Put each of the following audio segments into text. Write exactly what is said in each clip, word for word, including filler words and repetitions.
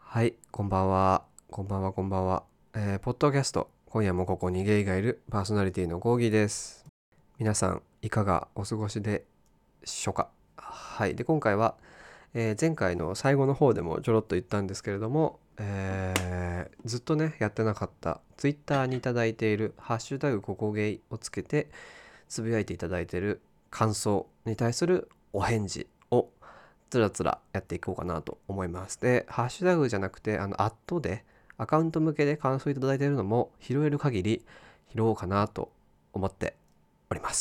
はい、こんばんは。こんばんは、こんばんは。えーポッドキャスト、今夜もここにゲイがいるパーソナリティのコーギーです。皆さん、いかがお過ごしでしょうか。はい、で、今回は、えー前回の最後の方でもちょろっと言ったんですけれども、えーずっとね、やってなかった、ツイッターにいただいている、ハッシュタグここゲイをつけて、つぶやいていただいている感想に対するお返事をつらつらやっていこうかなと思います。で、ハッシュタグじゃなくて、あの、アットで、アカウント向けで感想いただいているのも拾える限り拾おうかなと思っております。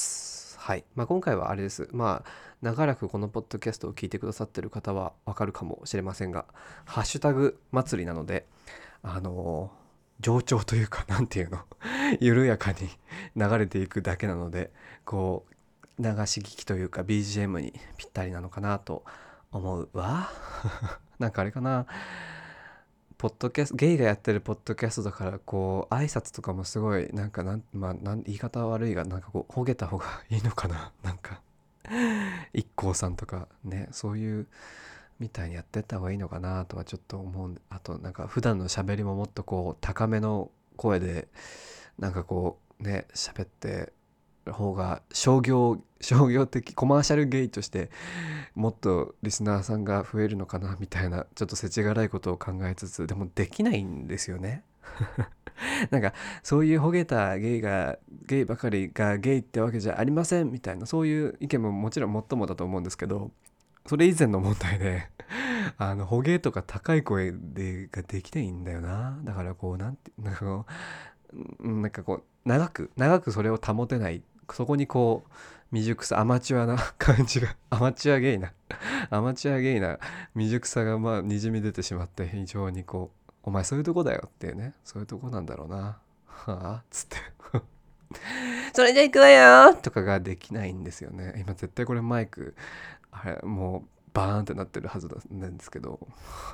はい。まあ、今回はあれです。まあ、長らくこのポッドキャストを聞いてくださってる方はわかるかもしれませんが、ハッシュタグ祭りなので、あのー冗長というか、なんていうの緩やかに流れていくだけなので、こう、流し聞きというか ビージーエム にぴったりなのかなと思うわ。なんかあれかな、ポッドキャスト、ゲイがやってるポッドキャストだから、こう、挨拶とかもすごい、なんかなん、まあ、なん言い方は悪いが、なんかこう、ほげた方がいいのかな。なんか、一 k さんとかね、そういう、みたいにやってった方がいいのかなとはちょっと思う。あと、なんか、普段の喋りももっとこう、高めの声で、なんかこう、ね、喋って方が商業商業的コマーシャルゲイとしてもっとリスナーさんが増えるのかなみたいな、ちょっと世知辛いことを考えつつ、でもできないんですよね。なんかそういうほげたゲイがゲイばかりがゲイってわけじゃありませんみたいな、そういう意見ももちろんもっともだと思うんですけど、それ以前の問題であのほげとか高い声でができないんだよな。だからこうなんてなんかこうなんかこう長く長くそれを保てない、そこにこう未熟さ、アマチュアな感じがアマチュアゲイなアマチュアゲイな未熟さがまあにじみ出てしまって、非常にこうお前そういうとこだよっていうね、そういうとこなんだろうなはあつってそれじゃ行くわよとかができないんですよね。今絶対これマイクあれもうバーンってなってるはずなんですけど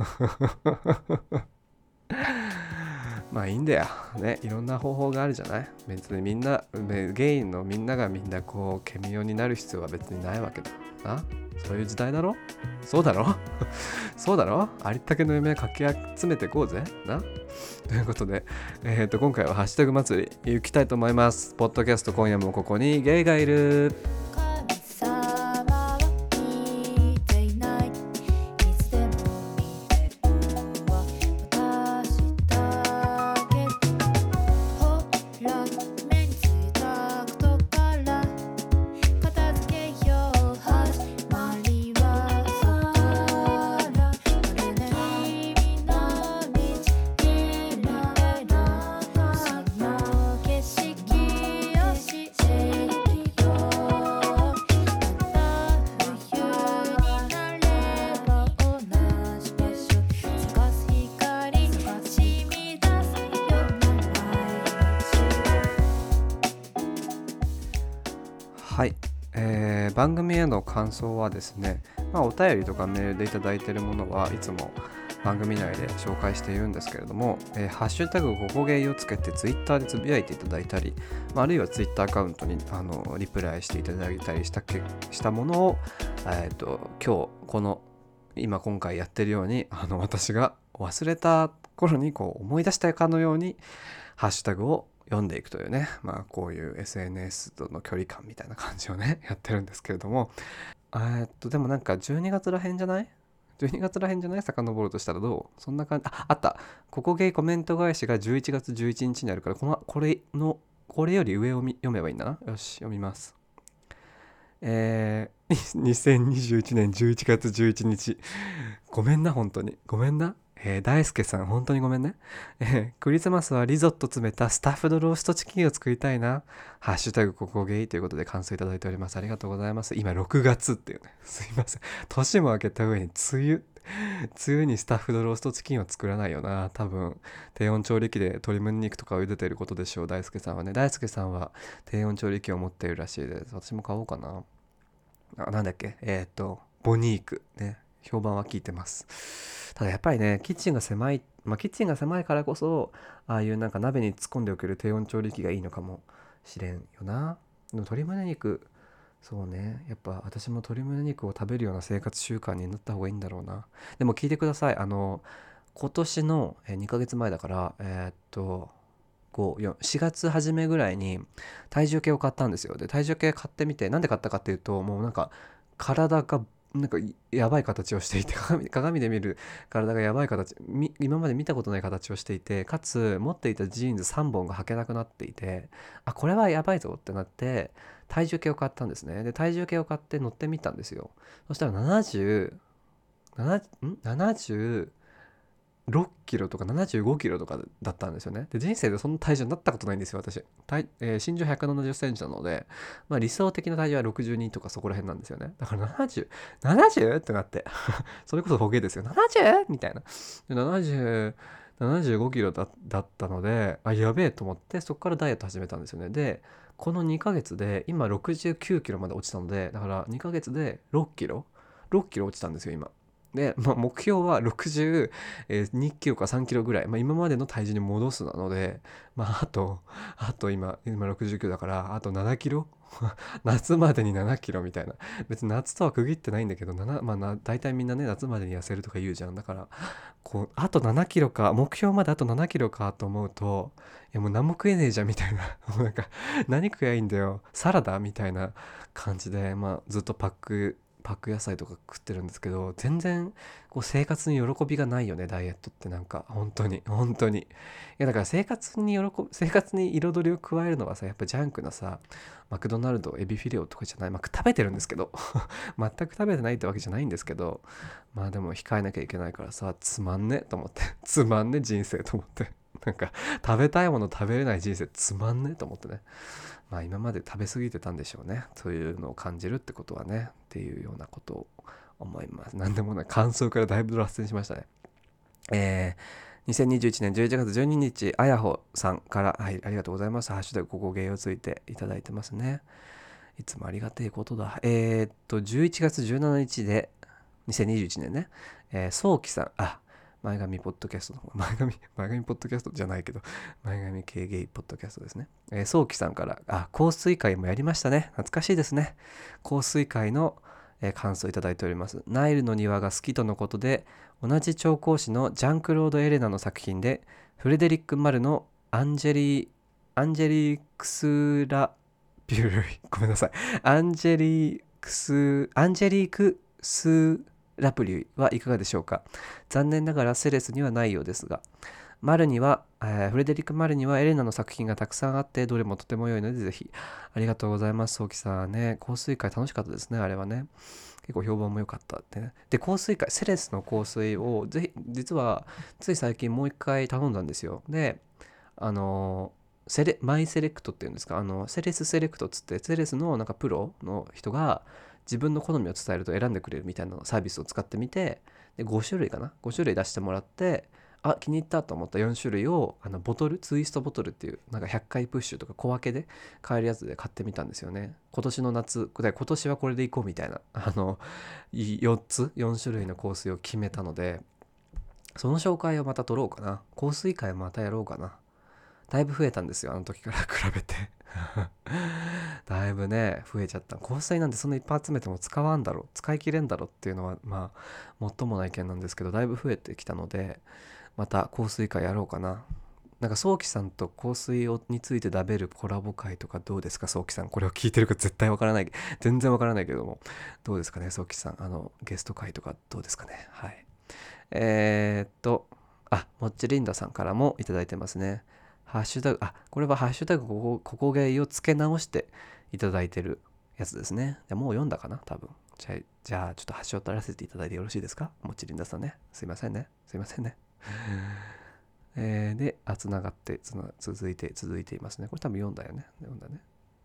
まあいいんだよね、いろんな方法があるじゃない。別にみんなゲイのみんながみんなこうケミオになる必要は別にないわけだな。そういう時代だろ。そうだろそうだろ、ありったけの夢かき集めていこうぜな。ということで、えー、と今回はハッシュタグ祭り行きたいと思います。ポッドキャスト、今夜もここにゲイがいる。 神様は見ていない。いつでも見てるわ私だけ。ほら目についたことから片付けよう。始まりはそこからまるで君の道選べる。その景色を知っているよ。 はい、えー番組への感想はですね、まあ、お便りとかメールでいただいているものはいつも番組内で紹介しているんですけれども、えーハッシュタグここゲイをつけてツイッターでつぶやいていただいたり、まあ、あるいはツイッターアカウントにあのリプライしていただいたりしたけしたものを、えー、と今日この今今回やってるように、あの私が忘れた頃にこう思い出したかのようにハッシュタグを読んでいくというね、まあこういう エスエヌエス との距離感みたいな感じをねやってるんですけれども、えーっとでもなんかじゅうにがつらへんじゃない ?じゅうに 月らへんじゃない、遡るとしたらどう、そんな感じ。あ、あった。ここゲイコメント返しがじゅういちがつじゅういちにちにあるから、このこれのこれより上を読めばいいんだな。よし、読みます。えー、にせんにじゅういちねんじゅういちがつじゅういちにち。ごめんな、本当に。ごめんな。えー、大輔さん、本当にごめんね。えークリスマスはリゾット詰めたスタッフドローストチキンを作りたいな。ハッシュタグここゲイということで感想いただいております。ありがとうございます。今ろくがつっていうね。すいません。年も明けた上に梅雨。梅雨にスタッフドローストチキンは作らないよな。多分、低温調理器で鶏胸肉とかを茹でていることでしょう。大輔さんはね。大輔さんは低温調理器を持っているらしいです。私も買おうかな。あ、なんだっけ、えっ、と、ボニーク。ね。評判は聞いてます。ただやっぱりね、キッチンが狭い、まあキッチンが狭いからこそ、ああいうなんか鍋に突っ込んでおける低温調理器がいいのかもしれんよな。でも鶏胸肉、そうね。やっぱ私も鶏胸肉を食べるような生活習慣になった方がいいんだろうな。でも聞いてください。あの、 今年のえーにかげつまえだから、えーっとご、よん、しがつ初めぐらいに体重計を買ったんですよ。で体重計買ってみて、なんで買ったかっていうと、もうなんか体がなんかやばい形をしていて、鏡、鏡で見る体がやばい形、み今まで見たことない形をしていて、かつ持っていたジーンズさんぼんが履けなくなっていて、あこれはやばいぞってなって体重計を買ったんですね。で体重計を買って乗ってみたんですよ。そしたらななじゅう、ななんななじゅうろっキロとかななじゅうごキロとかだったんですよね。で人生でその体重になったことないんですよ私。体、えー身長ひゃくななじゅっセンチなので、まあ、理想的な体重はろくじゅうにとかそこら辺なんですよね。だからななじゅう、ななじゅうってなってそれこそホゲですよ。ななじゅうみたいな。でななじゅう、ななじゅうごキロだ、だったので、あやべえと思って、そこからダイエット始めたんですよね。でこのにかげつで今ろくじゅうきゅうキロまで落ちたので、だからにかげつでろっキロろっキロ落ちたんですよ今。で、まあ、目標はろくじゅうにキロかさんキロぐらい、まあ、今までの体重に戻すなので、まあ、あと、あと今、今ろくじゅうきゅうだから、あとななキロ夏までにななキロみたいな。別に夏とは区切ってないんだけど、ななまあな、大体みんなね、夏までに痩せるとか言うじゃん。だから、こう、あとななキロか、目標まであとななキロかと思うと、いやもう何も食えねえじゃんみたいな。もうなんか、何食えばいいんだよ。サラダみたいな感じで、まあ、ずっとパック、パック野菜とか食ってるんですけど、全然こう生活に喜びがないよね、ダイエットって。なんか本当に本当にいやだから生活に喜ぶ生活に彩りを加えるのはさ、やっぱジャンクなさ、マクドナルドエビフィレオとかじゃない、まあ、食べてるんですけど全く食べてないってわけじゃないんですけど、まあでも控えなきゃいけないからさ、つまんねと思ってつまんね人生と思ってなんか食べたいもの食べれない人生つまんねと思ってね。まあ今まで食べ過ぎてたんでしょうね。そういうのを感じるってことはね、っていうようなことを思います。なんでもない感想からだいぶ脱線しましたね。えー、にせんにじゅういちねんじゅういちがつじゅうににち、あやほさんから、はい、ありがとうございます。ハッシュタグここゲイをついていただいてますね。いつもありがてえことだ。えー、っと、じゅういちがつじゅうしちにちで、にせんにじゅういちねんね、えー、そうきさん、あ、前髪ポッドキャストの方、前髪、前髪ポッドキャストじゃないけど、前髪系ゲイポッドキャストですね。えー、そうきさんから、あ、香水会もやりましたね。懐かしいですね。香水会の、えー感想いただいております。ナイルの庭が好きとのことで、同じ調香師のジャンクロード・エレナの作品で、フレデリック・マルのアンジェリー、アンジェリークスラビュールイ、ごめんなさい。アンジェリークス、アンジェリークスラプリュイはいかがでしょうか。残念ながらセレスにはないようですが、マルには、えーフレデリック・マルにはエレナの作品がたくさんあって、どれもとても良いので、ぜひ。ありがとうございます、ソウキさんね。香水会楽しかったですね、あれはね。結構評判も良かったってね。で、香水会、セレスの香水を、ぜひ、実は、つい最近もう一回頼んだんですよ。で、あのセレマイセレクトっていうんですか、あのセレスセレクトっつって、セレスのなんかプロの人が自分の好みを伝えると選んでくれるみたいなサービスを使ってみて、でごしゅるいかな、ごしゅるい出してもらって、あ気に入ったと思ったよんしゅるいをあのボトルツイストボトルっていうなんかひゃっかいプッシュとか小分けで買えるやつで買ってみたんですよね。今年の夏今年はこれでいこうみたいな、あのよっつよんしゅるいの香水を決めたので、その紹介をまた取ろうかな。香水会またやろうかな。だいぶ増えたんですよ、あの時から比べてだいぶね増えちゃった。香水なんてそんないっぱい集めても使わんだろ、使い切れんだろっていうのはまあもっともな意見なんですけど、だいぶ増えてきたので、また香水会やろうかな。なんか早期さんと香水をについて食べるコラボ会とかどうですか、早期さん。これを聞いてるか絶対わからない、全然わからないけども、どうですかね、早期さん。あのゲスト会とかどうですかね。はい。えー、っとあもっちりんださんからもいただいてますね。ハッシュタグ、あ、これはハッシュタグここ、ここゲイを付け直していただいてるやつですね。じゃもう読んだかな多分。じゃあ、じゃあちょっと端を取らせていただいてよろしいですか、もちりんださんね。すいませんね。すいませんね。えー、で、あ、つながってつな、続いて、続いていますね。これ多分読んだよね。読んだね。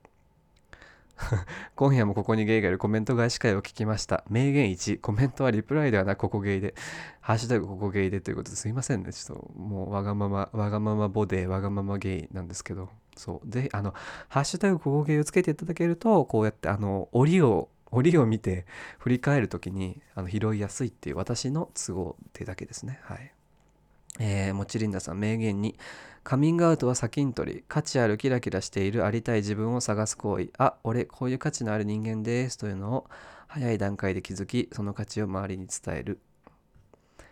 今夜もここにゲイがいるコメント返し会を聞きました。名言いち、コメントはリプライではなくここゲイで、ハッシュタグここゲイでということですいませんね。ちょっともうわがまま、わがままボデー、わがままゲイなんですけど、そう。ぜひ、あの、ハッシュタグここゲイをつけていただけると、こうやって、あの、折を、折を見て振り返るときにあの拾いやすいっていう私の都合ってだけですね。はい。えー、もちりんださん名言に、カミングアウトは先ん取り、価値あるキラキラしているありたい自分を探す行為、あ俺こういう価値のある人間ですというのを早い段階で気づき、その価値を周りに伝える。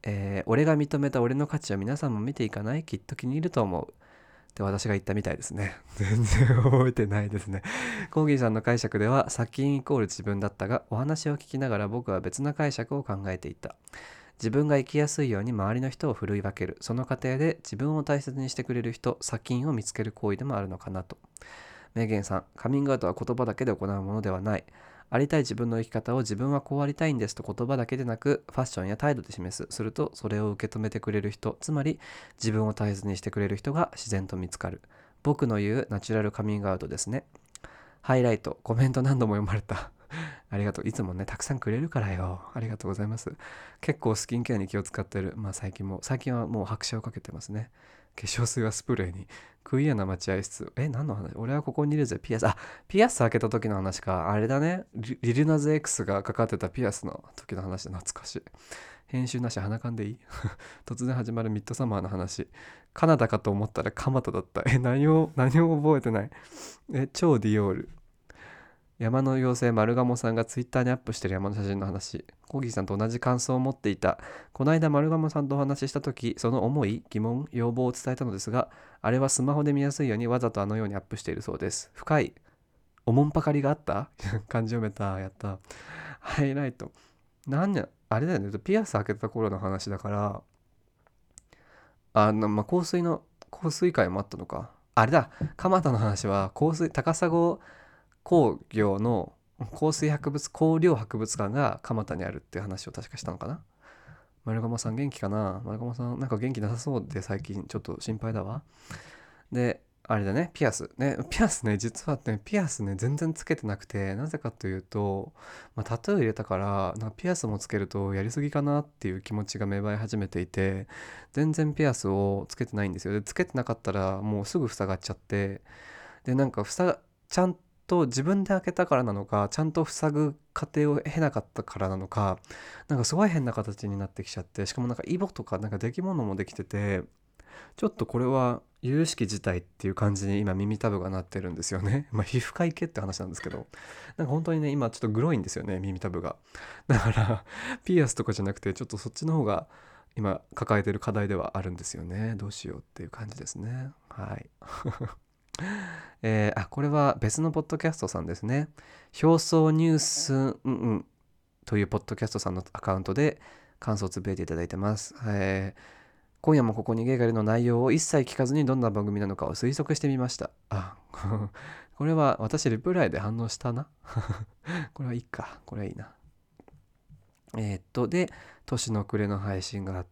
えー俺が認めた俺の価値を皆さんも見ていかない？きっと気に入ると思う。って私が言ったみたいですね。全然覚えてないですね。コーギーさんの解釈では殺菌イコール自分だったが、お話を聞きながら僕は別な解釈を考えていた。自分が生きやすいように周りの人を振るい分ける。その過程で自分を大切にしてくれる人、殺菌を見つける行為でもあるのかなと。メーゲンさん、カミングアウトは言葉だけで行うものではない。ありたい自分の生き方を自分はこうありたいんですと言葉だけでなく、ファッションや態度で示す。すると、それを受け止めてくれる人、つまり自分を大切にしてくれる人が自然と見つかる。僕の言うナチュラルカミングアウトですね。ハイライト、コメント何度も読まれた。ありがとう。いつもね、たくさんくれるからよ。ありがとうございます。結構スキンケアに気を使ってる。まあ最近も、最近はもう拍車をかけてますね。化粧水はスプレーに。クイアな待合室。え、何の話？俺はここにいるぜ。ピアス。あ、ピアス開けた時の話か。あれだね。リリルナズ X がかかってたピアスの時の話で懐かしい。編集なし鼻かんでいい？突然始まるミッドサマーの話。カナダかと思ったら蒲田だった。え、何を、何を覚えてない。え、超ディオール。山の妖精丸鴨さんがツイッターにアップしてる山の写真の話。コーギーさんと同じ感想を持っていた。この間丸鴨さんとお話しした時、その思い、疑問、要望を伝えたのですが、あれはスマホで見やすいようにわざとあのようにアップしているそうです。深いおもんぱかりがあった漢字読めた。やった。ハイライト。なんや、あれだよね。ピアス開けた頃の話だから、あの、まあ、香水の、香水会もあったのか。あれだ。蒲田の話は、香水、高砂工業の香水博物香料博物館が蒲田にあるっていう話を確かしたのかな。丸鴨さん元気かな。丸鴨さんなんか元気なさそうで最近ちょっと心配だわ。であれだね、ピアスね。ピアスね、実はね、ピアスね全然つけてなくて、なぜかというと、まあ、タトゥー入れたからなんかピアスもつけるとやりすぎかなっていう気持ちが芽生え始めていて、全然ピアスをつけてないんですよ。でつけてなかったらもうすぐ塞がっちゃって、でなんか塞がちゃんと自分で開けたからなのか、ちゃんと塞ぐ過程を経なかったからなのか、なんかすごい変な形になってきちゃって、しかもなんかイボとかなんか出来物もできてて、ちょっとこれは有識事態っていう感じに今耳たぶがなってるんですよね。まあ皮膚科行けって話なんですけど、なんか本当にね今ちょっとグロいんですよね、耳たぶが。だからピアスとかじゃなくてちょっとそっちの方が今抱えてる課題ではあるんですよね。どうしようっていう感じですね。はいえー、あ、これは別のポッドキャストさんですね。表層ニュース、うんうん、というポッドキャストさんのアカウントで感想をつぶやいていただいてます。えー、今夜もここにゲイガルの内容を一切聞かずにどんな番組なのかを推測してみました。あ、これは私リプライで反応したな。これはいいか。これはいいな。えー、っと、で、年の暮れの配信があって、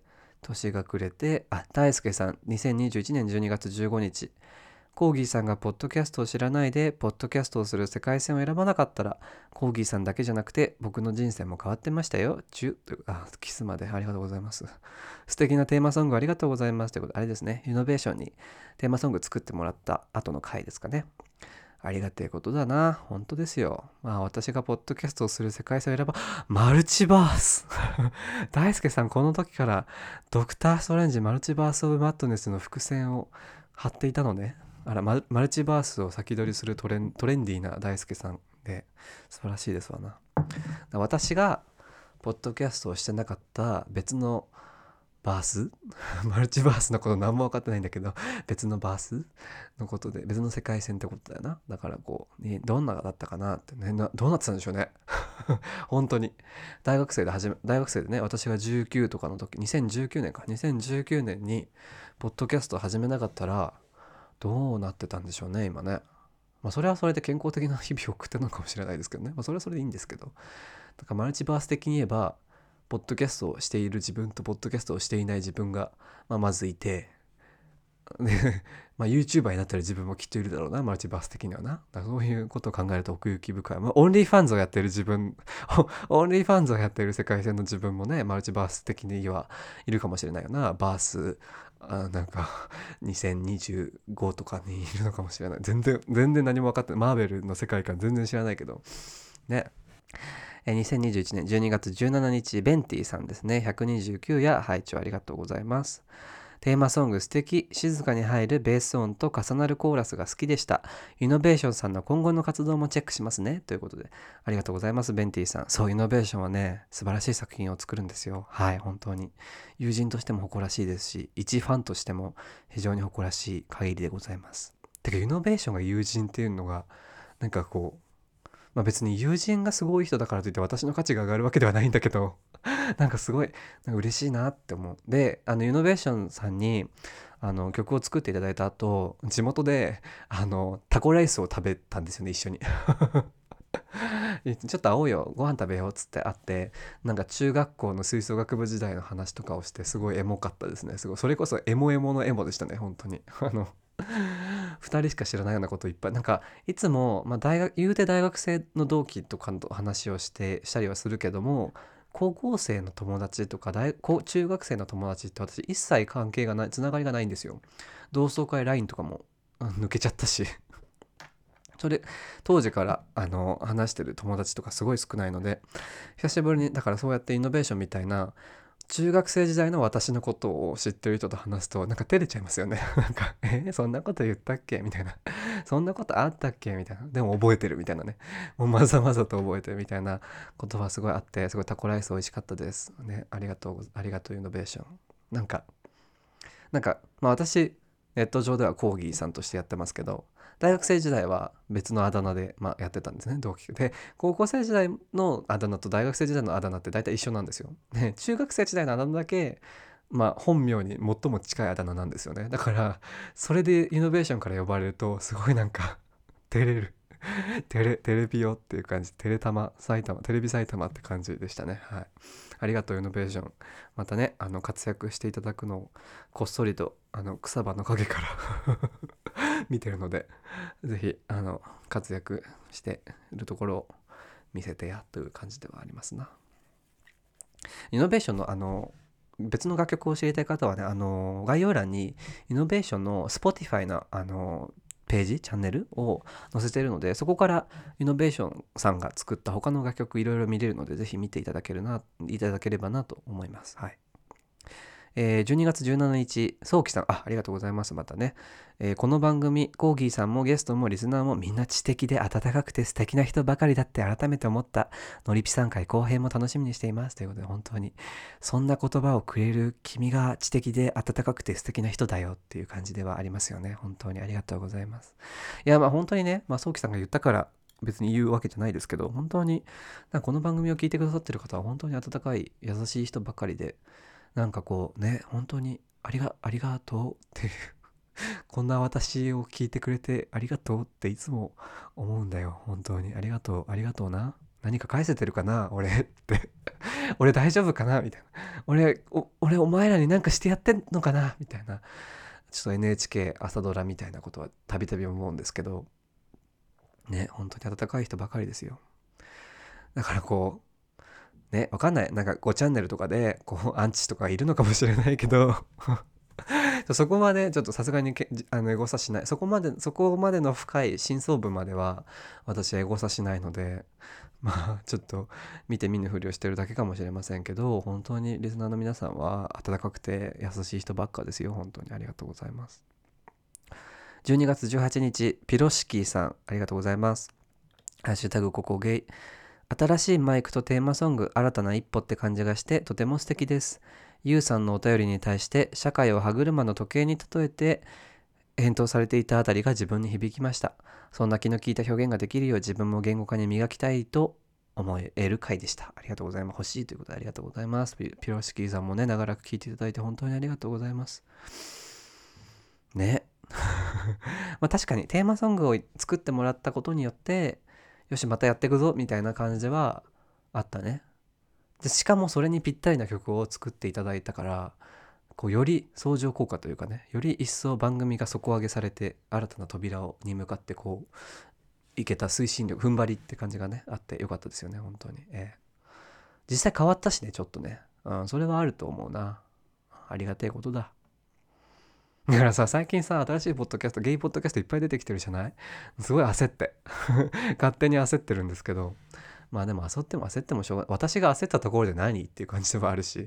年が暮れて、あ、大輔さん、にせんにじゅういちねんじゅうにがつじゅうごにち、コーギーさんがポッドキャストを知らないでポッドキャストをする世界線を選ばなかったら、コーギーさんだけじゃなくて僕の人生も変わってましたよ。チュという、あ、キスまでありがとうございます。素敵なテーマソングありがとうございますということで、あれですね、イノベーションにテーマソング作ってもらった後の回ですかね。ありがてえことだな。本当ですよ。まあ私がポッドキャストをする世界線を選ば、マルチバース大輔さんこの時からドクターストレンジマルチバースオブマッドネスの伏線を張っていたのね。あら、マルチバースを先取りするトレン、トレンディーな大輔さんで素晴らしいですわな。私がポッドキャストをしてなかった別のバースマルチバースのこと何も分かってないんだけど、別のバースのことで別の世界線ってことだよな。だからこう、ね、どんなだったかなってね、などうなってたんでしょうね。本当に大学生で始め大学生でね、私がじゅうきゅうとかの時、にせんじゅうきゅうねんかにせんじゅうきゅうねんにポッドキャストを始めなかったらどうなってたんでしょうね今ね。まあそれはそれで健康的な日々を送ってるのかもしれないですけどね。まあそれはそれでいいんですけど、だからマルチバース的に言えばポッドキャストをしている自分とポッドキャストをしていない自分が、まあ、まずいて、で、まあ、YouTuber になってる自分もきっといるだろうな、マルチバース的にはな。だからそういうことを考えると奥行き深い。まあ、オンリーファンズをやってる自分、オンリーファンズをやってる世界線の自分もね、マルチバース的にはいるかもしれないよな。バース、あなんかにせんにじゅうごとかにいるのかもしれない。全然、全然何も分かってない。マーベルの世界観全然知らないけど。ね。にせんにじゅういちねんじゅうにがつじゅうしちにち、ベンティさんですね。ひゃくにじゅうきゅうや拝聴ありがとうございます。 テーマソング素敵、静かに入るベース音と重なるコーラスが好きでした。イノベーションさんの今後の活動もチェックしますね。ということで、ありがとうございます、ベンティさん。そう、イノベーションはね、素晴らしい作品を作るんですよ。はい、本当に。友人としても誇らしいですし、一ファンとしても非常に誇らしい限りでございます。てか、イノベーションが友人っていうのが、なんかこう、まあ別に友人がすごい人だからといって私の価値が上がるわけではないんだけど、なんかすごいなんか嬉しいなって思う。で、あのイノベーションさんにあの曲を作っていただいた後、地元であのタコライスを食べたんですよね、一緒に。ちょっと会おうよ、ご飯食べようっつって会って、なんか中学校の吹奏楽部時代の話とかをして、すごいエモかったですね。すごい、それこそエモエモのエモでしたね、本当に。あのふたりしか知らないようなこといっぱい、なんかいつも、まあ、大学言うて大学生の同期とかと話をしてしたりはするけども、高校生の友達とか大高中学生の友達って私一切関係がない、つながりがないんですよ。同窓会 ライン とかもうん抜けちゃったし、それ当時からあの話してる友達とかすごい少ないので、久しぶりにだからそうやってイノベーションみたいな中学生時代の私のことを知ってる人と話すとなんか照れちゃいますよね。なんかえそんなこと言ったっけみたいな、そんなことあったっけみたいな、でも覚えてるみたいなね、もうまざまざと覚えてるみたいなことはすごいあって、すごいタコライス美味しかったですね。ありがとうありがとうイノベーション。なんかなんかまあ私ネット上ではコーギーさんとしてやってますけど、大学生時代は別のあだ名で、まあ、やってたんですね、同期で。高校生時代のあだ名と大学生時代のあだ名って大体一緒なんですよ。で、中学生時代のあだ名だけ、まあ、本名に最も近いあだ名なんですよね。だからそれでイノベーションから呼ばれるとすごいなんか照れる。テレテレビオっていう感じ、テレタマ埼玉、テレビ埼玉って感じでしたね。はい、ありがとうイノベーション。またね、あの活躍していただくのをこっそりとあの草葉の陰から見てるので、ぜひあの活躍しているところを見せてやという感じではありますな。イノベーションのあの別の楽曲を知りたい方はね、あの概要欄にイノベーションの Spotify のあのページチャンネルを載せているので、そこからイノベーションさんが作った他の楽曲いろいろ見れるので、ぜひ見ていただけるないただければなと思います。はい。えー、じゅうにがつじゅうしちにち、そうきさん、あ、ありがとうございます。またね、えーこの番組、コーギーさんもゲストもリスナーもみんな知的で温かくて素敵な人ばかりだって改めて思った。のりぴさん会後編も楽しみにしています。ということで、本当に、そんな言葉をくれる君が知的で温かくて素敵な人だよっていう感じではありますよね。本当にありがとうございます。いや、まあ本当にね、まあ、そうきさんが言ったから別に言うわけじゃないですけど、本当に、なんかこの番組を聞いてくださってる方は本当に温かい、優しい人ばっかりで、なんかこうね、本当にありが、ありがとうっていうこんな私を聞いてくれてありがとうっていつも思うんだよ。本当にありがとう、ありがとうな。何か返せてるかな俺って俺大丈夫かなみたいな。俺お、俺お前らになんかしてやってんのかなみたいな。ちょっと エヌエイチケー 朝ドラみたいなことはたびたび思うんですけど、ね、本当に温かい人ばかりですよ。だからこう、ね、わかんない。なんかごチャンネルとかで、こう、アンチとかいるのかもしれないけどそこまでちょっとさすがにけあのエゴサしない。そこまで、そこまでの深い深層部までは私はエゴサしないので、まあちょっと見て見ぬふりをしてるだけかもしれませんけど、本当にリスナーの皆さんは温かくて優しい人ばっかですよ。本当にありがとうございます。じゅうにがつじゅうはちにち、ピロシキーさん、ありがとうございます。ハッシュタグここゲイ。新しいマイクとテーマソング、新たな一歩って感じがしてとても素敵です。ゆうさんのお便りに対して社会を歯車の時計に例えて返答されていたあたりが自分に響きました。そんな気の利いた表現ができるよう自分も言語化に磨きたいと思える回でした。ありがとうございます。欲しいということでありがとうございます。ピピロシキーさんもね、長らく聞いていただいて本当にありがとうございます。ね。まあ確かにテーマソングを作ってもらったことによって、よしまたやっていくぞみたいな感じはあったね。でしかもそれにぴったりな曲を作っていただいたから、こうより相乗効果というかね、より一層番組が底上げされて、新たな扉をに向かってこういけた推進力、踏ん張りって感じがねあってよかったですよね、本当に。ええ、実際変わったしね、ちょっとね、うん、それはあると思うな。ありがたいことだ。だからさ、最近さ、新しいポッドキャスト、ゲイポッドキャストいっぱい出てきてるじゃない？すごい焦って勝手に焦ってるんですけど、まあでも焦っても焦ってもしょうがない。私が焦ったところで何っていう感じではあるし、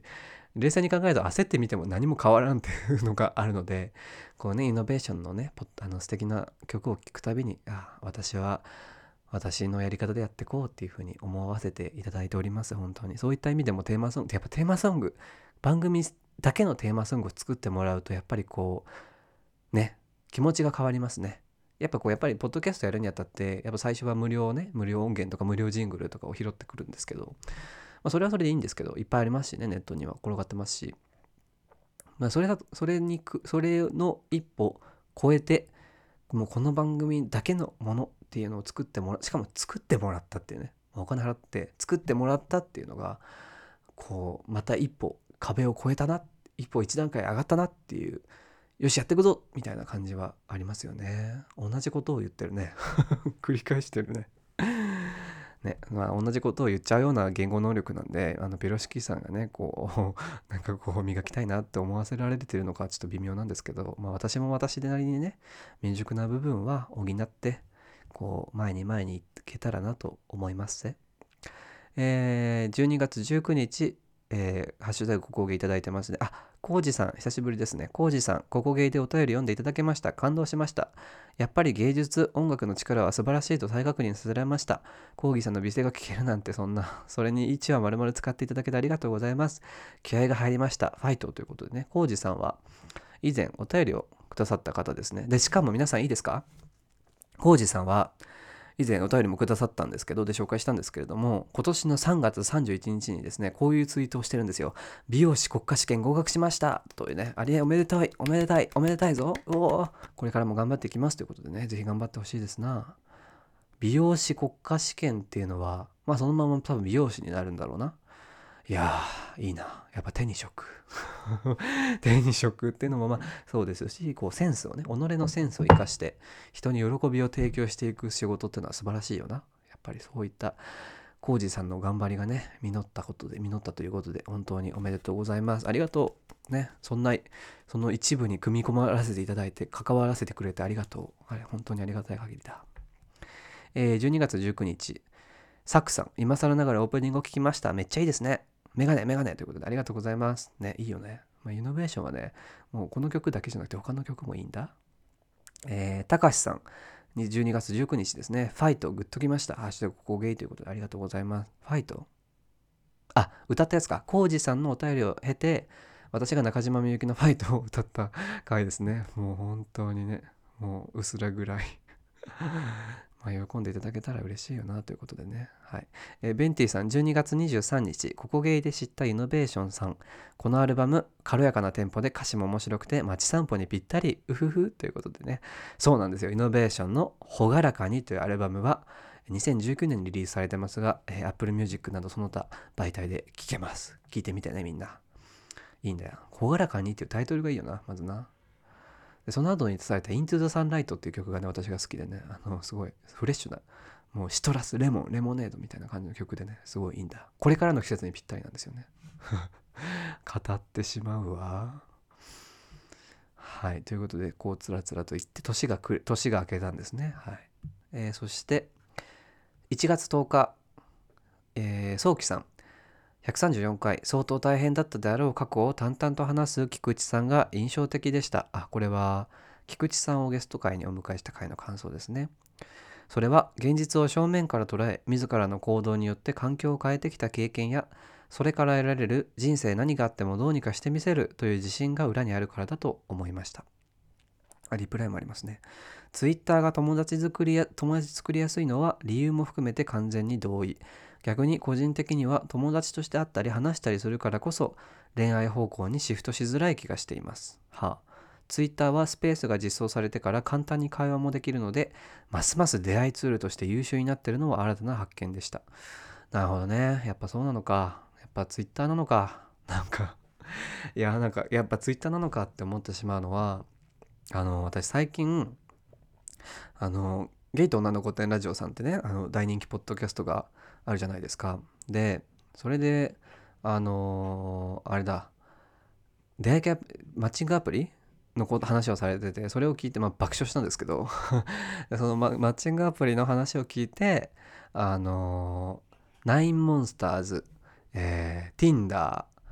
冷静に考えると焦ってみても何も変わらんっていうのがあるので、こうねイノベーションのねポッあの素敵な曲を聴くたびに、あ私は私のやり方でやっていこうっていうふうに思わせていただいております。本当にそういった意味でもテーマソングやっぱテーマソング番組だけのテーマソングを作ってもらうとやっぱりこうね気持ちが変わりますね。やっぱこうやっぱりポッドキャストやるにあたってやっぱ最初は無料ね無料音源とか無料ジングルとかを拾ってくるんですけど、まあ、それはそれでいいんですけどいっぱいありますしね、ネットには転がってますし、まあ、それだとそれにくそれの一歩超えてもうこの番組だけのものっていうのを作ってもらしかも作ってもらったっていうね、お金払って作ってもらったっていうのがこうまた一歩壁を越えたな、一歩一段階上がったなっていう、よしやっていくぞみたいな感じはありますよね。同じことを言ってるね繰り返してるねね、まあ、同じことを言っちゃうような言語能力なんで、あのピロシキさんがねこうなんかこう磨きたいなって思わせられてるのかちょっと微妙なんですけど、まあ、私も私でなりにね未熟な部分は補ってこう前に前にいけたらなと思いますね。えー、じゅうにがつじゅうくにち、えー、ハッシュタグここゲイいただいてますね。あ、コウジさん、久しぶりですね。コウジさん、ここゲイでお便り読んでいただけました。感動しました。やっぱり芸術、音楽の力は素晴らしいと再確認させられました。コウギさんの美声が聞けるなんてそんな。それにいちわ丸々使っていただけてありがとうございます。気合が入りました。ファイトということでね、コウジさんは以前お便りをくださった方ですね。で、しかも皆さんいいですか？コウジさんは以前お便りもくださったんですけど、で紹介したんですけれども、今年のさんがつさんじゅういちにちにですねこういうツイートをしてるんですよ。美容師国家試験合格しましたというね、ありえおめでたいおめでたいおめでたいぞ、おおこれからも頑張っていきますということでね、ぜひ頑張ってほしいですな。美容師国家試験っていうのはまあそのまま多分美容師になるんだろうな。いやーいいな、やっぱ手に職手に職っていうのもまあそうですし、こうセンスをね己のセンスを生かして人に喜びを提供していく仕事っていうのは素晴らしいよな。やっぱりそういったコウジさんの頑張りがね実ったことで実ったということで本当におめでとうございます。ありがとうね、そんなその一部に組み込まらせていただいて関わらせてくれてありがとう。あれ本当にありがたい限りだ。えー、じゅうにがつじゅうくにちサクさん、今更ながらオープニングを聞きました。めっちゃいいですね。メガネメガネということでありがとうございます。ね、いいよね。まあ、イノベーションはね、もうこの曲だけじゃなくて他の曲もいいんだ。えー、たかしさん、じゅうにがつじゅうくにちですね。ファイト、グッときました。ハッシュタグここゲイということでありがとうございます。ファイトあ、歌ったやつか。コウジさんのお便りを経て、私が中島みゆきのファイトを歌った回ですね。もう本当にね、もううすらぐらいまあ喜んでいただけたら嬉しいよなということでね。はい。えーベンティさん、じゅうにがつにじゅうさんにち、ここゲイで知ったイノベーションさん。このアルバム、軽やかなテンポで歌詞も面白くて、街散歩にぴったり、うふふということでね。そうなんですよ。イノベーションのほがらかにというアルバムは、にせんじゅうきゅうねんにリリースされてますが、えー Apple Music などその他媒体で聴けます。聴いてみてね、みんな。いいんだよ。ほがらかにっていうタイトルがいいよな、まずな。でその後に伝えた Into the Sunlight っていう曲がね私が好きでね、あのすごいフレッシュな、もうシトラスレモンレモネードみたいな感じの曲でね、すごいいいんだ。これからの季節にぴったりなんですよね語ってしまうわ。はい、ということでこうつらつらと言って年がくる年が明けたんですね。はい、えー、そしていちがつとおか、えー、早期さん、ひゃくさんじゅうよんかい、相当大変だったであろう過去を淡々と話す菊池さんが印象的でした。あ、これは菊池さんをゲスト会にお迎えした回の感想ですね。それは現実を正面から捉え、自らの行動によって環境を変えてきた経験や、それから得られる人生何があってもどうにかしてみせるという自信が裏にあるからだと思いました。あ、リプライもありますね。ツイッターが友達作りや友達作りやすいのは理由も含めて完全に同意。逆に個人的には友達として会ったり話したりするからこそ恋愛方向にシフトしづらい気がしています。はあ、ツイッターはスペースが実装されてから簡単に会話もできるので、ますます出会いツールとして優秀になっているのは新たな発見でした。なるほどね。やっぱそうなのか。やっぱツイッターなのか。なんかいやなんかやっぱツイッターなのかって思ってしまうのは、あの私最近あのゲイと女の御殿ラジオさんってね、あの大人気ポッドキャストがあるじゃないですか。でそれであのーあれだ出会い系マッチングアプリのこと話をされてて、それを聞いて、まあ、爆笑したんですけどでそのマ、マッチングアプリの話を聞いて、あのーナインモンスターズ、えー、Tinder、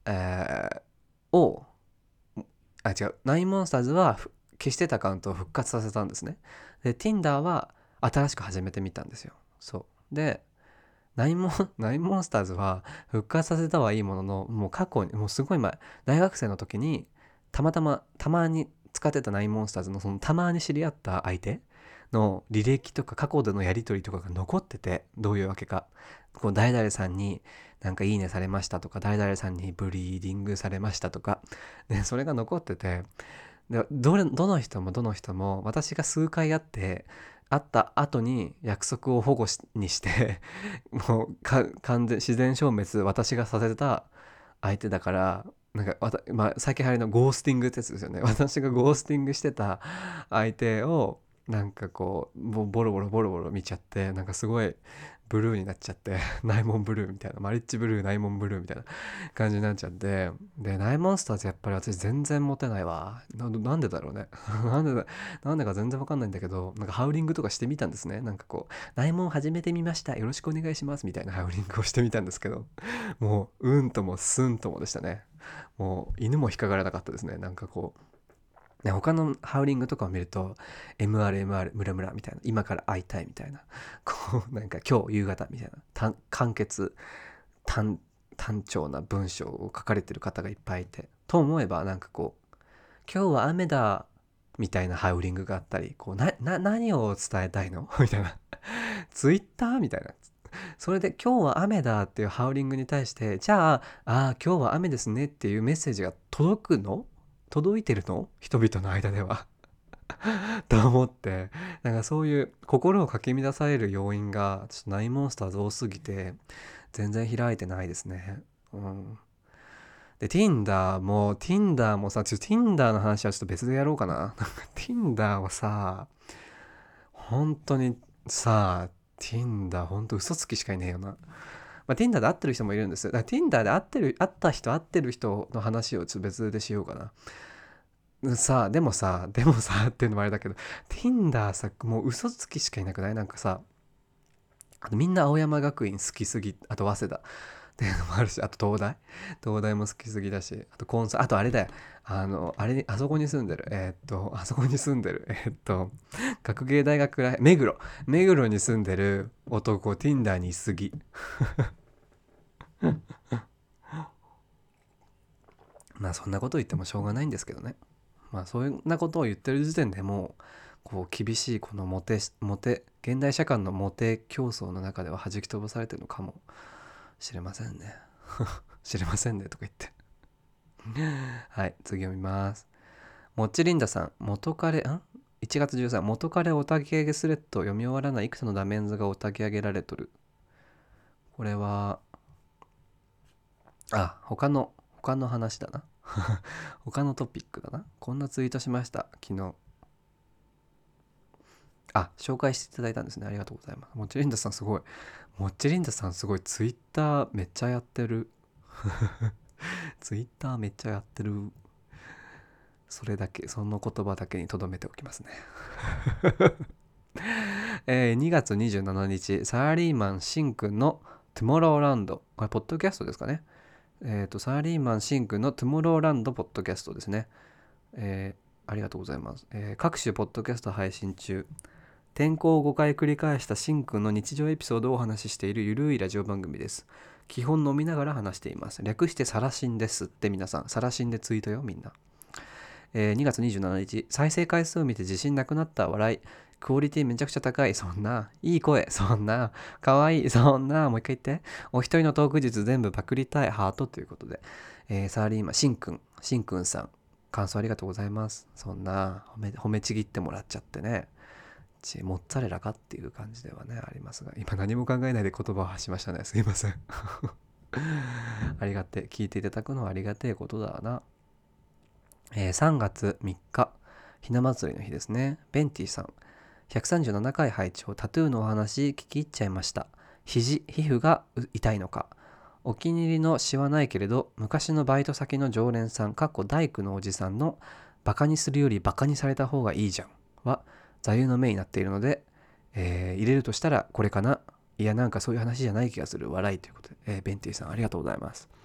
えーをあ違うナインモンスターズは消してたアカウントを復活させたんですね。で Tinder は新しく始めてみたんですよ。そうでナインモンナインモンスターズは復活させたはいいものの、もう過去にもうすごい前、大学生の時にたまたまたまに使ってたナインモンスターズのそのたまに知り合った相手の履歴とか過去でのやり取りとかが残ってて、どういうわけか、こう誰々さんになんかいいねされましたとか、誰々さんにブリーディングされましたとか、でそれが残ってて、でどれどの人もどの人も私が数回会って会った後に約束を保護しにしてもうか完全自然消滅私がさせた相手だから、なんかわた、まあ、最近流行りのゴースティングってやつですよね。私がゴースティングしてた相手をなんかこうボボロボロボロボロ見ちゃって、なんかすごいブルーになっちゃってナイモンブルーみたいな、マリッジブルーナイモンブルーみたいな感じになっちゃって、でナイモンスターズやっぱり私全然モテないわ。な、なんでだろうねなんでだなんでか全然わかんないんだけど、なんかハウリングとかしてみたんですね。なんかこうナイモン始めてみました、よろしくお願いしますみたいなハウリングをしてみたんですけど、もううんともすんともでしたね。もう犬も引っかからなかったですね。なんかこうね、他のハウリングとかを見ると エムアールエムアール ムラムラみたいな、今から会いたいみたいな、こうなんか今日夕方みたいな単簡潔単単調な文章を書かれてる方がいっぱいいて、と思えばなんかこう今日は雨だみたいなハウリングがあったり、こうなな何を伝えたいのみたいなツイッターみたいな、それで今日は雨だっていうハウリングに対して、じゃああー今日は雨ですねっていうメッセージが届くの届いてるの人々の間ではと思って、なんかそういう心をかき乱される要因がちょっとナインモンスターズ多すぎて全然開いてないですね。うん。で Tinder も Tinder もさ、ちょっと Tinder の話はちょっと別でやろうかな。なんか Tinder はさ、本当にさ Tinder 本当嘘つきしかいねえよな。まあ、Tinder で会ってる人もいるんですよ。だから Tinder で会ってる会った人会ってる人の話をちょっと別でしようかな。さあでもさでもさっていうのもあれだけど、 Tinder さもう嘘つきしかいなくない？なんかさ、あとみんな青山学院好きすぎ、あと早稲田っていうのもあるし、あと東大東大も好きすぎだし、あとコンサ、あとあれだよ、あのあれにあそこに住んでるえーっとあそこに住んでるえーっと学芸大学ら目黒目黒に住んでる男 Tinder にいすぎまあそんなこと言ってもしょうがないんですけどね。まあそんなことを言ってる時点でもうこう厳しいこのモテモテ現代社会のモテ競争の中では弾き飛ばされてるのかもしれませんね知れませんねとか言ってはい次読みます。もっちりんださん、元彼んいちがつじゅうさん、元彼おたき上げスレッド読み終わらないいくつのダメンズがおたき上げられとる。これはあ他の他の話だな他のトピックだな。こんなツイートしました昨日。あ、紹介していただいたんですね。ありがとうございます。もっちりんださんすごい。もっちりんださんすごい。ツイッターめっちゃやってる。ツイッターめっちゃやってる。それだけ、その言葉だけに留めておきますね。えー、にがつにじゅうしちにち、サラリーマンしんくんのトゥモローランド。これ、ポッドキャストですかね。えっ、ー、と、サラリーマンしんくんのトゥモローランドポッドキャストですね。えー、ありがとうございます。えー、各種ポッドキャスト配信中。転校をごかい繰り返したしんくんの日常エピソードをお話ししているゆるいラジオ番組です。基本飲みながら話しています。略してサラシンですって皆さん。サラシンでツイートよみんな。えー、にがつにじゅうしちにち、再生回数を見て自信なくなった笑い。クオリティめちゃくちゃ高い。そんな。いい声。そんな。かわいい。そんな。もう一回言って。お一人のトーク術全部パクりたいハートということで。えー、サラリーマン、しんくん。しんくんさん。感想ありがとうございます。そんな。褒め、褒めちぎってもらっちゃってね。モッツァレラかっていう感じではねありますが、今何も考えないで言葉を発しましたね。すいませんありがて聞いていただくのはありがてえことだな。えー、さんがつみっかひな祭りの日ですね。ベンティさん、ひゃくさんじゅうななかい拝聴。タトゥーのお話聞き入っちゃいました。肘皮膚が痛いのか。お気に入りの詩はないけれど、昔のバイト先の常連さんかっこ大工のおじさんのバカにするよりバカにされた方がいいじゃんは座右の銘になっているので、えー、入れるとしたらこれかな。いやなんかそういう話じゃない気がする。笑いということで、えー、ベンティさんありがとうございます。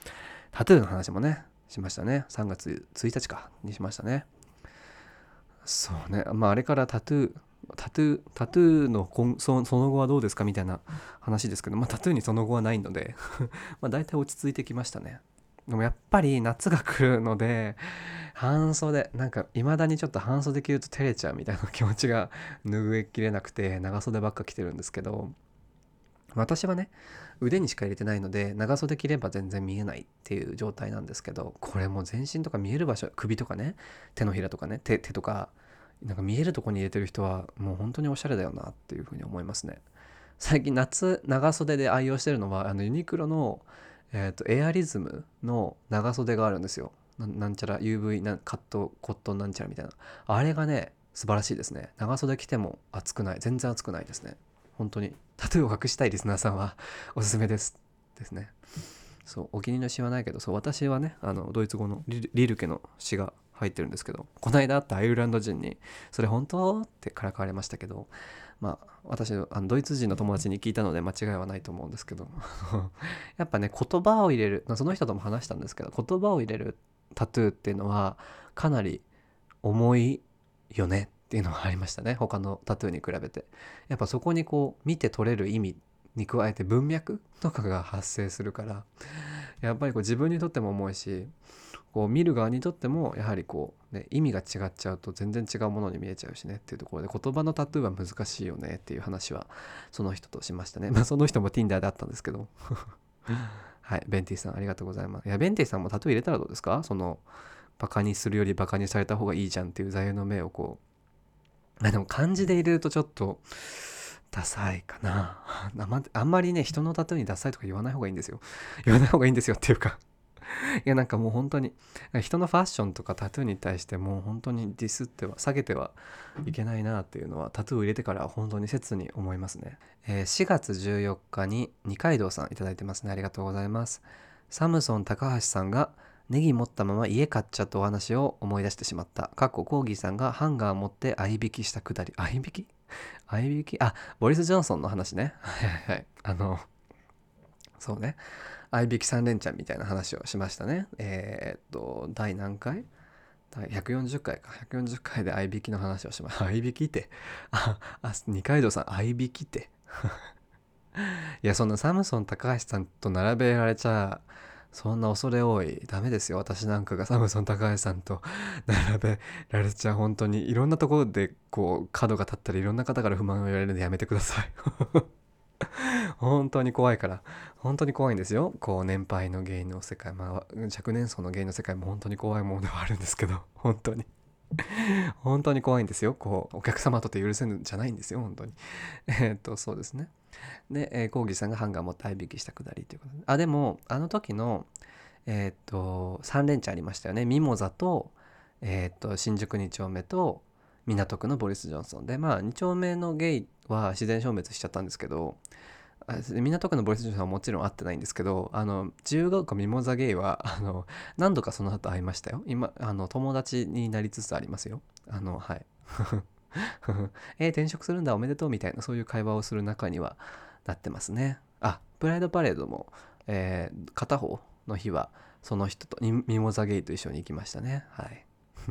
タトゥーの話もねしましたね。さんがつついたちかにしましたね。そうね、まああれからタトゥータトゥータトゥーの今そその後はどうですかみたいな話ですけど、まあタトゥーにその後はないのでまあ大体落ち着いてきましたね。でもやっぱり夏が来るので半袖、なんか未だにちょっと半袖着ると照れちゃうみたいな気持ちが拭いきれなくて長袖ばっか着てるんですけど、私はね腕にしか入れてないので長袖着れば全然見えないっていう状態なんですけど、これもう全身とか見える場所、首とかね、手のひらとかね、手手とかなんか見えるとこに入れてる人はもう本当におしゃれだよなっていうふうに思いますね。最近夏長袖で愛用してるのはあのユニクロの、えー、とエアリズムの長袖があるんですよ。ななんちゃら ユーブイ なカットコットンなんちゃらみたいな、あれがね素晴らしいですね。長袖着ても暑くない、全然暑くないですね。本当にタトゥーを隠したいリスナーさんはおすすめですですね。そう、お気に入りの詩はないけど、そう私はねあのドイツ語のリルリルケの詩が入ってるんですけど、この間会ったアイルランド人にそれ本当ってからかわれましたけど、まあ私あのドイツ人の友達に聞いたので間違いはないと思うんですけどやっぱね言葉を入れる、その人とも話したんですけど、言葉を入れるタトゥーっていうのはかなり重いよねっていうのがありましたね、他のタトゥーに比べて。やっぱそこにこう見て取れる意味に加えて文脈とかが発生するから、やっぱりこう自分にとっても重いし、こう見る側にとってもやはりこう、ね、意味が違っちゃうと全然違うものに見えちゃうしねっていうところで、言葉のタトゥーは難しいよねっていう話はその人としましたね。まあその人も Tinder であったんですけどはい、ベンティさんありがとうございます。いやベンティさんもタトゥー入れたらどうですか？そのバカにするよりバカにされた方がいいじゃんっていう座右の銘をこう、まあでも漢字で入れるとちょっとダサいかな。あんまあんまりね人のタトゥーにダサいとか言わない方がいいんですよ。言わない方がいいんですよっていうかいやなんかもう本当に人のファッションとかタトゥーに対してもう本当にディスっては下げてはいけないなっていうのはタトゥーを入れてから本当に切に思いますね。えーしがつじゅうよっかに二階堂さんいただいてますね。ありがとうございます。サムソン高橋さんがネギ持ったまま家買っちゃったお話を思い出してしまった。かっこコーギーさんがハンガー持って合いびきしたくだり。合いびき合いびきあ、ボリス・ジョンソンの話ね。はいはいはい。あの、そうね。合いびき三連チャンみたいな話をしましたね。えー、っと、第何回第ひゃくよんじゅっかいか。ひゃくよんじゅっかいで合いびきの話をしました。合いびきって。あ、あ二階堂さん、合いびきって。いや、そんなサムソン高橋さんと並べられちゃ、そんな恐れ多い。ダメですよ。私なんかがサムソン高橋さんと並べられちゃ、本当にいろんなところでこう角が立ったりいろんな方から不満を言われるのでやめてください。本当に怖いから。本当に怖いんですよ。こう年配のゲイの世界、まあ若年層のゲイの世界も本当に怖いものではあるんですけど、本当に本当に怖いんですよ。こうお客様とて許せぬんじゃないんですよ本当に。えーっとそうですね。で、えー、コーギーさんがハンガー持って合いびきしたくだりということで、あでもあの時のえーっとさん連チャンありましたよね。ミモザとえーっと新宿に丁目と港区のボリス・ジョンソンで、まあに丁目のゲイは自然消滅しちゃったんですけど、あ港区のボリス・ジョンソンはもちろん会ってないんですけど、あの自由が丘ミモザゲイはあの何度かその後会いましたよ。今あの友達になりつつありますよ。あのはいえー、転職するんだおめでとうみたいなそういう会話をする中にはなってますね。あ、プライドパレードも、えー片方の日はその人とミミモザゲイと一緒に行きましたね。はい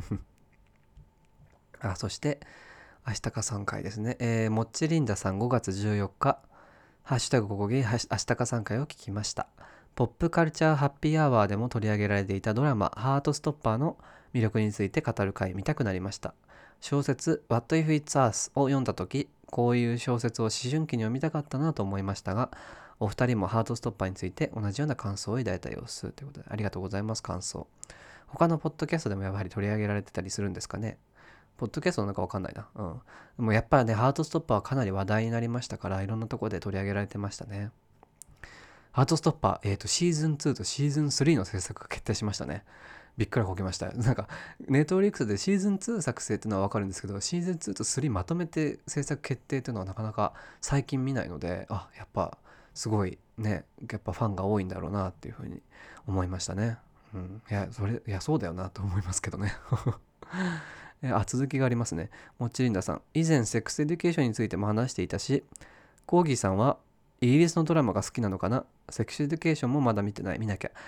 あ、そして明日かさんかいですね。えー、もっちりんださんごがつじゅうよっかハッシュタグここゲイ明日かさんかいを聞きました。ポップカルチャーハッピーアワーでも取り上げられていたドラマハートストッパーの魅力について語る回見たくなりました。小説 What If It's Earth を読んだ時、こういう小説を思春期に読みたかったなと思いましたが、お二人もハートストッパーについて同じような感想を抱いた様子ということで、ありがとうございます。感想他のポッドキャストでもやはり取り上げられてたりするんですかね。ポッドキャストなんかわかんないな。うん。でもやっぱりね、ハートストッパーはかなり話題になりましたから、いろんなところで取り上げられてましたね。ハートストッパー、えっと、シーズンツーとシーズンスリーの制作が決定しましたね。びっくらこきました。なんか、ネットフリックスでシーズンツー作成っていうのはわかるんですけど、シーズンツーとスリーまとめて制作決定っていうのはなかなか最近見ないので、あ、やっぱすごいね、やっぱファンが多いんだろうなっていうふうに思いましたね。うん。いや、それ、いや、そうだよなと思いますけどね。えあ、続きがありますね。もっちりんださん。以前、セックスエデュケーションについても話していたし、コーギーさんはイギリスのドラマが好きなのかな。セックスエデュケーションもまだ見てない。見なきゃ。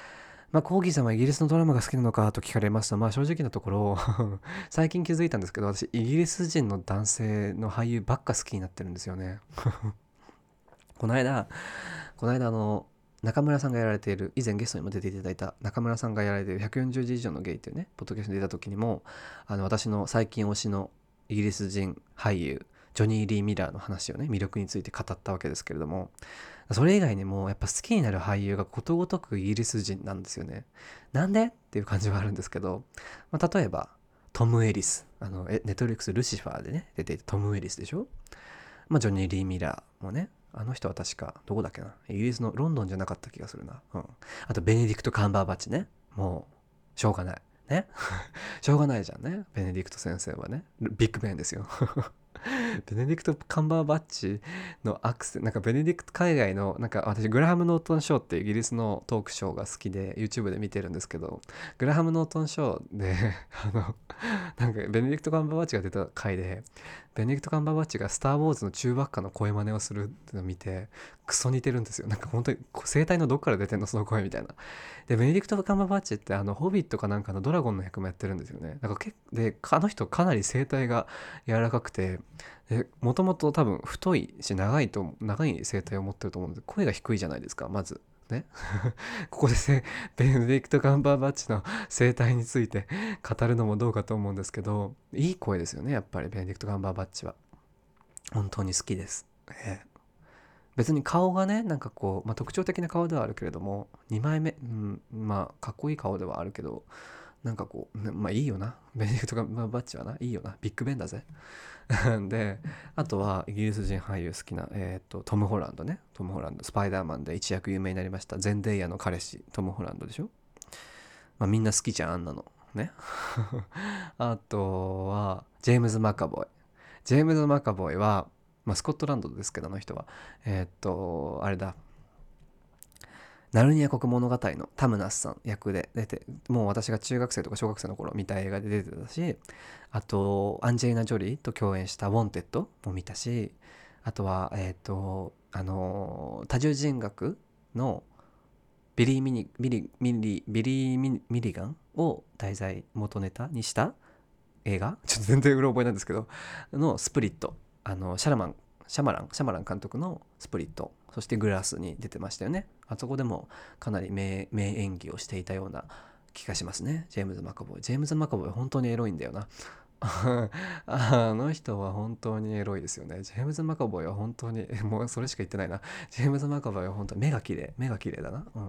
まあ、コーギーさんはイギリスのドラマが好きなのかと聞かれますと、まあ正直なところ最近気づいたんですけど、私イギリス人の男性の俳優ばっか好きになってるんですよね。この間この間あの中村さんがやられている、以前ゲストにも出ていただいた中村さんがやられているひゃくよんじゅうじ以上のゲイというねポッドキャストに出た時にも、あの私の最近推しのイギリス人俳優ジョニー・リー・ミラーの話をね、魅力について語ったわけですけれども、それ以外にもやっぱ好きになる俳優がことごとくイギリス人なんですよね。なんでっていう感じはあるんですけど、まあ、例えばトム・エリス、あのネットフリックスルシファーでね出ていたトム・エリスでしょ。まあ、ジョニー・リー・ミラーもね、あの人は確かどこだっけな、イギリスのロンドンじゃなかった気がするな。うん。あとベネディクト・カンバーバッチね、もうしょうがないね。しょうがないじゃんね、ベネディクト先生はね、ビッグベンですよ。ベネディクト・カンバーバッチのアクセなんかベネディクト海外のなんか、私グラハム・ノートン・ショーってイギリスのトークショーが好きで YouTube で見てるんですけど、グラハム・ノートン・ショーであのなんかベネディクト・カンバーバッチが出た回で、ベネディクト・カンバーバッチがスター・ウォーズのチューバッカの声真似をするってのを見てクソ似てるんですよ。なんか本当に声帯のどっから出てんのその声みたいな。でベネディクト・カンバーバッチってあのホビットかなんかのドラゴンの役もやってるんですよね。なんかけであの人かなり声帯が柔らかくて、もともと多分太いし長いと長い声帯を持ってると思うんで、声が低いじゃないですかまずね。ここでせベネディクト・カンバーバッチの声帯について語るのもどうかと思うんですけど、いい声ですよねやっぱりベネディクト・カンバーバッチは。本当に好きです、えー別に顔がねなんかこう、まあ、特徴的な顔ではあるけれどもにまいめ、うん、まあかっこいい顔ではあるけど、なんかこう、ね、まあいいよなベネディクト・カンバーバッチはな、いいよな、ビッグベンだぜ。であとはイギリス人俳優好きな、えー、とトム・ホランドね。トム・ホランドスパイダーマンで一躍有名になりましたゼンデイヤの彼氏トム・ホランドでしょ。まあ、みんな好きじゃんあんなのね。あとはジェームズ・マカボイ。ジェームズ・マカボイは、まあ、スコットランドですけどあの人はえっ、とあれだ、ナルニア国物語のタムナスさん役で出て、もう私が中学生とか小学生の頃見た映画で出てたし、あとアンジェリーナ・ジョリーと共演したウォンテッドも見たし、あとはえっ、とあのー多重人格のビリー・ミニビリミリビリーミニ・ミリガンを題材元ネタにした映画、ちょっと全然うろ覚えなんですけどのスプリット、あのシャラマンシャマランシャマラン監督のスプリット、そしてグラスに出てましたよね。あそこでもかなり 名, 名演技をしていたような気がしますね。ジェームズ・マカボイジェームズ・マカボイ本当にエロいんだよな。あの人は本当にエロいですよね。ジェームズ・マカボイは本当にもうそれしか言ってないな。ジェームズ・マカボイは本当に目が綺麗目が綺麗だな、うん、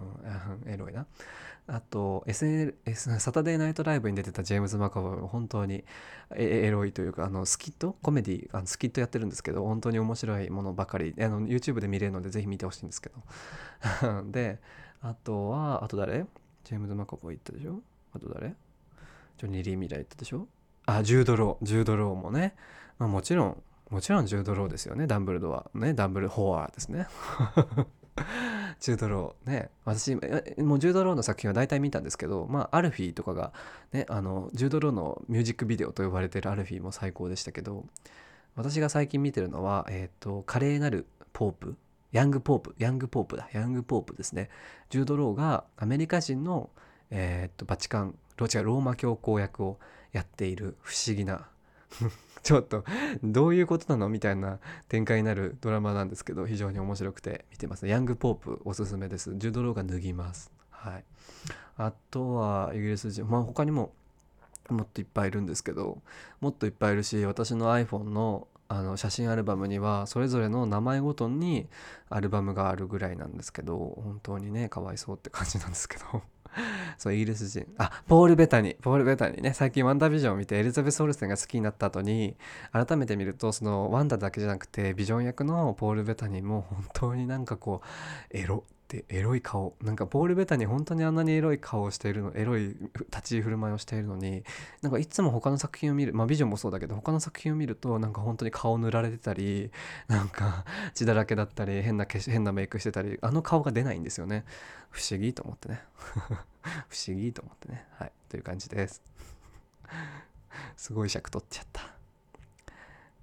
エロいな。あと エスエヌエル サタデーナイトライブに出てたジェームズ・マカボイは本当にエロいというか、あのスキットコメディあのスキットやってるんですけど本当に面白いものばかり、あの YouTube で見れるのでぜひ見てほしいんですけど。であとはあと誰、ジェームズ・マカボイ言ったでしょ。あと誰、ジョニー・リー・ミラー言ったでしょ。あ、ジュードロージュードローもね、まあ、もちろんもちろんジュードローですよね。ダンブルドアね、ダンブルホアーですね。ジュードローね、私もうジュードローの作品は大体見たんですけど、まあアルフィーとかがね、あのジュードローのミュージックビデオと呼ばれているアルフィーも最高でしたけど、私が最近見てるのはえっ、と華麗なるポープ、ヤングポープヤングポープだヤングポープですね。ジュードローがアメリカ人のえっ、とバチカンロ違うローマ教皇役をやっている不思議なちょっとどういうことなのみたいな展開になるドラマなんですけど、非常に面白くて見てます。ヤングポープおすすめです。ジュドローが脱ぎます。はい。あとはイギリス人、まあ他にももっといっぱいいるんですけど、もっといっぱいいるし、私の iPhone のあの写真アルバムにはそれぞれの名前ごとにアルバムがあるぐらいなんですけど、本当にねかわいそうって感じなんですけど。そうイギリス人、あポール・ベタニーポール・ベタニーね、最近ワンダービジョンを見てエリザベス・オルセンが好きになった後に改めて見ると、そのワンダだけじゃなくてビジョン役のポール・ベタニーも本当になんかこうエロってエロい顔、なんかポール・ベタニー本当にあんなにエロい顔をしているの、エロい立ち居振る舞いをしているのに、なんかいつも他の作品を見る、まあビジョンもそうだけど他の作品を見るとなんか本当に顔塗られてたり、なんか血だらけだったり変な化粧変なメイクしてたり、あの顔が出ないんですよね。不思議と思ってね。不思議と思ってね。はい、という感じです。すごい尺取っちゃった。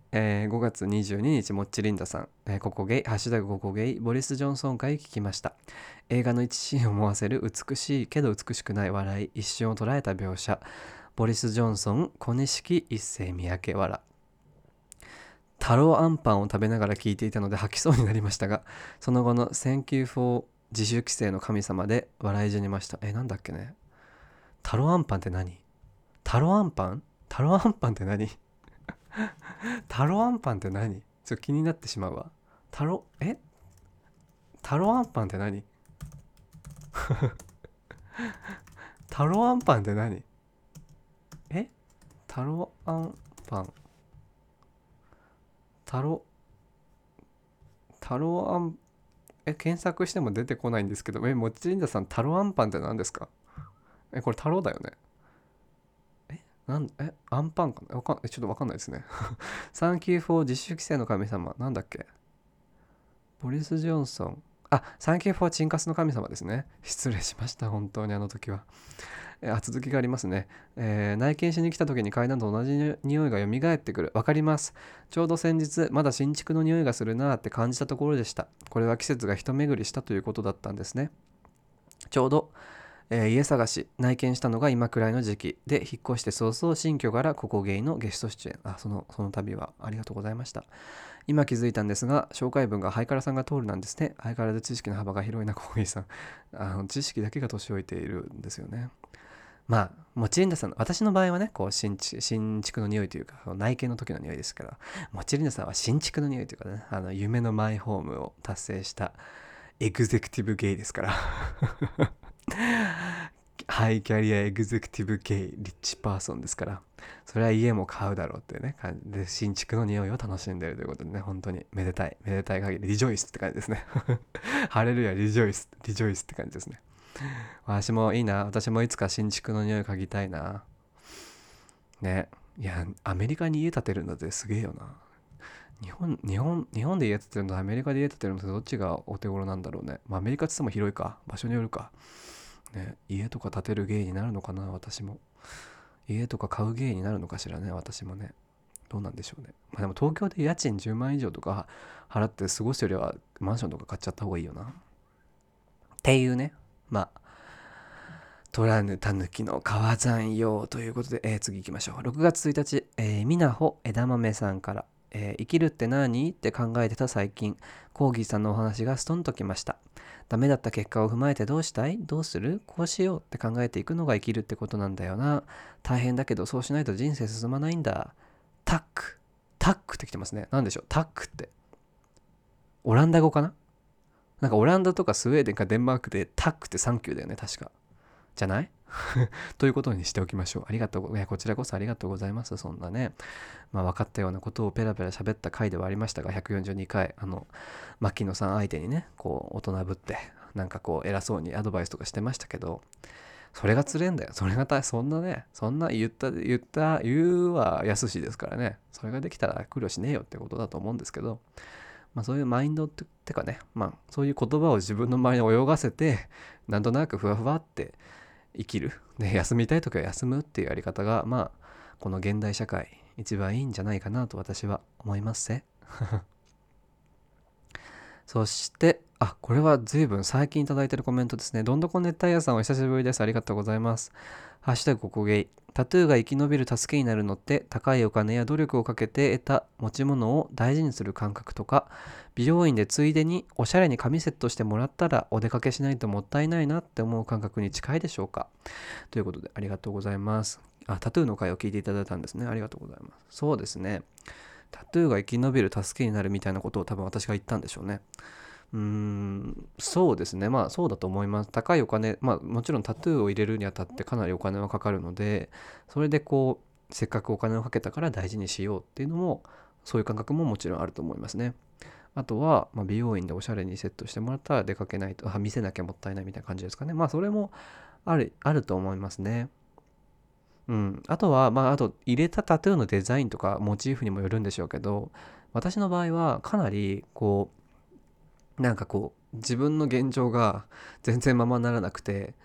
えーごがつにじゅうににちもっちりんださん、えーここゲイ、ハッシュタグここゲイ、ボリス・ジョンソン回聞きました。映画の一シーンを思わせる美しいけど美しくない笑い、一瞬を捉えた描写、ボリス・ジョンソン、小錦一世三宅笑。太郎あんパンを食べながら聞いていたので吐きそうになりましたが、その後の Thank you for 自主規制の神様で笑い死にました。え、なんだっけね。太郎あんパンって何？太郎あんパン太郎あんパンって何太郎あんパンって何？ちょっと気になってしまうわ。太郎、え太郎あんパンって何太郎あんパンって何？え太郎あんパン太郎太郎あんえ検索しても出てこないんですけど、えもっちりんださん、太郎あんパンって何ですか？えこれ太郎だよね。えなんえアンパンかなわかんえちょっとわかんないですね。サンキューフォー自主規制の神様なんだっけ？ボリス・ジョンソン。あ、サンキューフォーチンカスの神様ですね。失礼しました。本当にあの時は。えあ続きがありますね、えー内見しに来た時に階段と同じに匂いが蘇ってくる。わかります。ちょうど先日、まだ新築の匂いがするなって感じたところでした。これは季節が一巡りしたということだったんですね。ちょうどえー家探し内見したのが今くらいの時期で、引っ越して早々新居からここゲイのゲスト出演。あそのその度はありがとうございました。今気づいたんですが、紹介文がハイカラさんが通るなんですね。相変わらず知識の幅が広いなコーヒーさん。あの知識だけが年老いているんですよね。まあもちりんださん、私の場合はね、こう新築新築の匂いというか内見の時の匂いですから、もちりんださんは新築の匂いというかね、あの夢のマイホームを達成したエグゼクティブゲイですから。ハイキャリアエグゼクティブゲイリッチパーソンですから、それは家も買うだろうっていうね感じで、新築の匂いを楽しんでいるということでね、本当にめでたいめでたい限りリジョイスって感じですね。ハレルヤリジョイスリジョイスって感じですね。私もいいな。私もいつか新築の匂い嗅ぎたいな。ね。いやアメリカに家建てるんだってすげえよな。日本日本日本で家建てるのとアメリカで家建てるのとどっちがお手頃なんだろうね。まあアメリカって言っても広いか、場所によるかね。家とか建てる芸になるのかな。私も家とか買う芸になるのかしらね。私もね、どうなんでしょうね。まあでも東京で家賃じゅうまん以上とか払って過ごすよりはマンションとか買っちゃった方がいいよなっていうね。まあ取らぬたぬきの川山用ということで、えー次行きましょう。ろくがつついたち、えー、みなほ枝豆さんから、えー生きるって何って考えてた最近、コーギーさんのお話がストンときました。ダメだった結果を踏まえてどうしたい？どうする？こうしようって考えていくのが生きるってことなんだよな。大変だけどそうしないと人生進まないんだ。タック。タックってきてますね。なんでしょうタックって。オランダ語かな？なんかオランダとかスウェーデンかデンマークでタックってサンキューだよね、確か。じゃないということにしておきましょう。ありがとう。いや、こちらこそありがとうございます。そんなね、まあ分かったようなことをペラペラ喋った回ではありましたが、ひゃくよんじゅうにかい、あの、牧野さん相手にね、こう、大人ぶって、なんかこう、偉そうにアドバイスとかしてましたけど、それがつれえんだよ。それがた、そんなね、そんな言った、言った、言うはやすしですからね、それができたら苦労しねえよってことだと思うんですけど、まあそういうマインドっててかね、まあそういう言葉を自分の周りに泳がせて、なんとなくふわふわって生きる。で、休みたい時は休むっていうやり方が、まあ、この現代社会、一番いいんじゃないかなと私は思いますぜ。そして、あ、これは随分最近いただいてるコメントですね。どんどこ熱帯夜さんお久しぶりです。ありがとうございます。ハッシュタグここゲイ。タトゥーが生き延びる助けになるのって高いお金や努力をかけて得た持ち物を大事にする感覚とか、美容院でついでにおしゃれに髪セットしてもらったらお出かけしないともったいないなって思う感覚に近いでしょうか。ということでありがとうございます。あ、タトゥーの回を聞いていただいたんですね。ありがとうございます。そうですね。タトゥーが生き延びる助けになるみたいなことを多分私が言ったんでしょうね。うーん、そうですね。まあそうだと思います。高いお金、まあもちろんタトゥーを入れるにあたってかなりお金はかかるので、それでこう、せっかくお金をかけたから大事にしようっていうのも、そういう感覚ももちろんあると思いますね。あとは、まあ、美容院でおしゃれにセットしてもらったら出かけないと、あ、見せなきゃもったいないみたいな感じですかね。まあそれもある、あると思いますね。うん。あとは、まああと入れたタトゥーのデザインとかモチーフにもよるんでしょうけど、私の場合はかなりこう、なんかこう自分の現状が全然ままならなくて、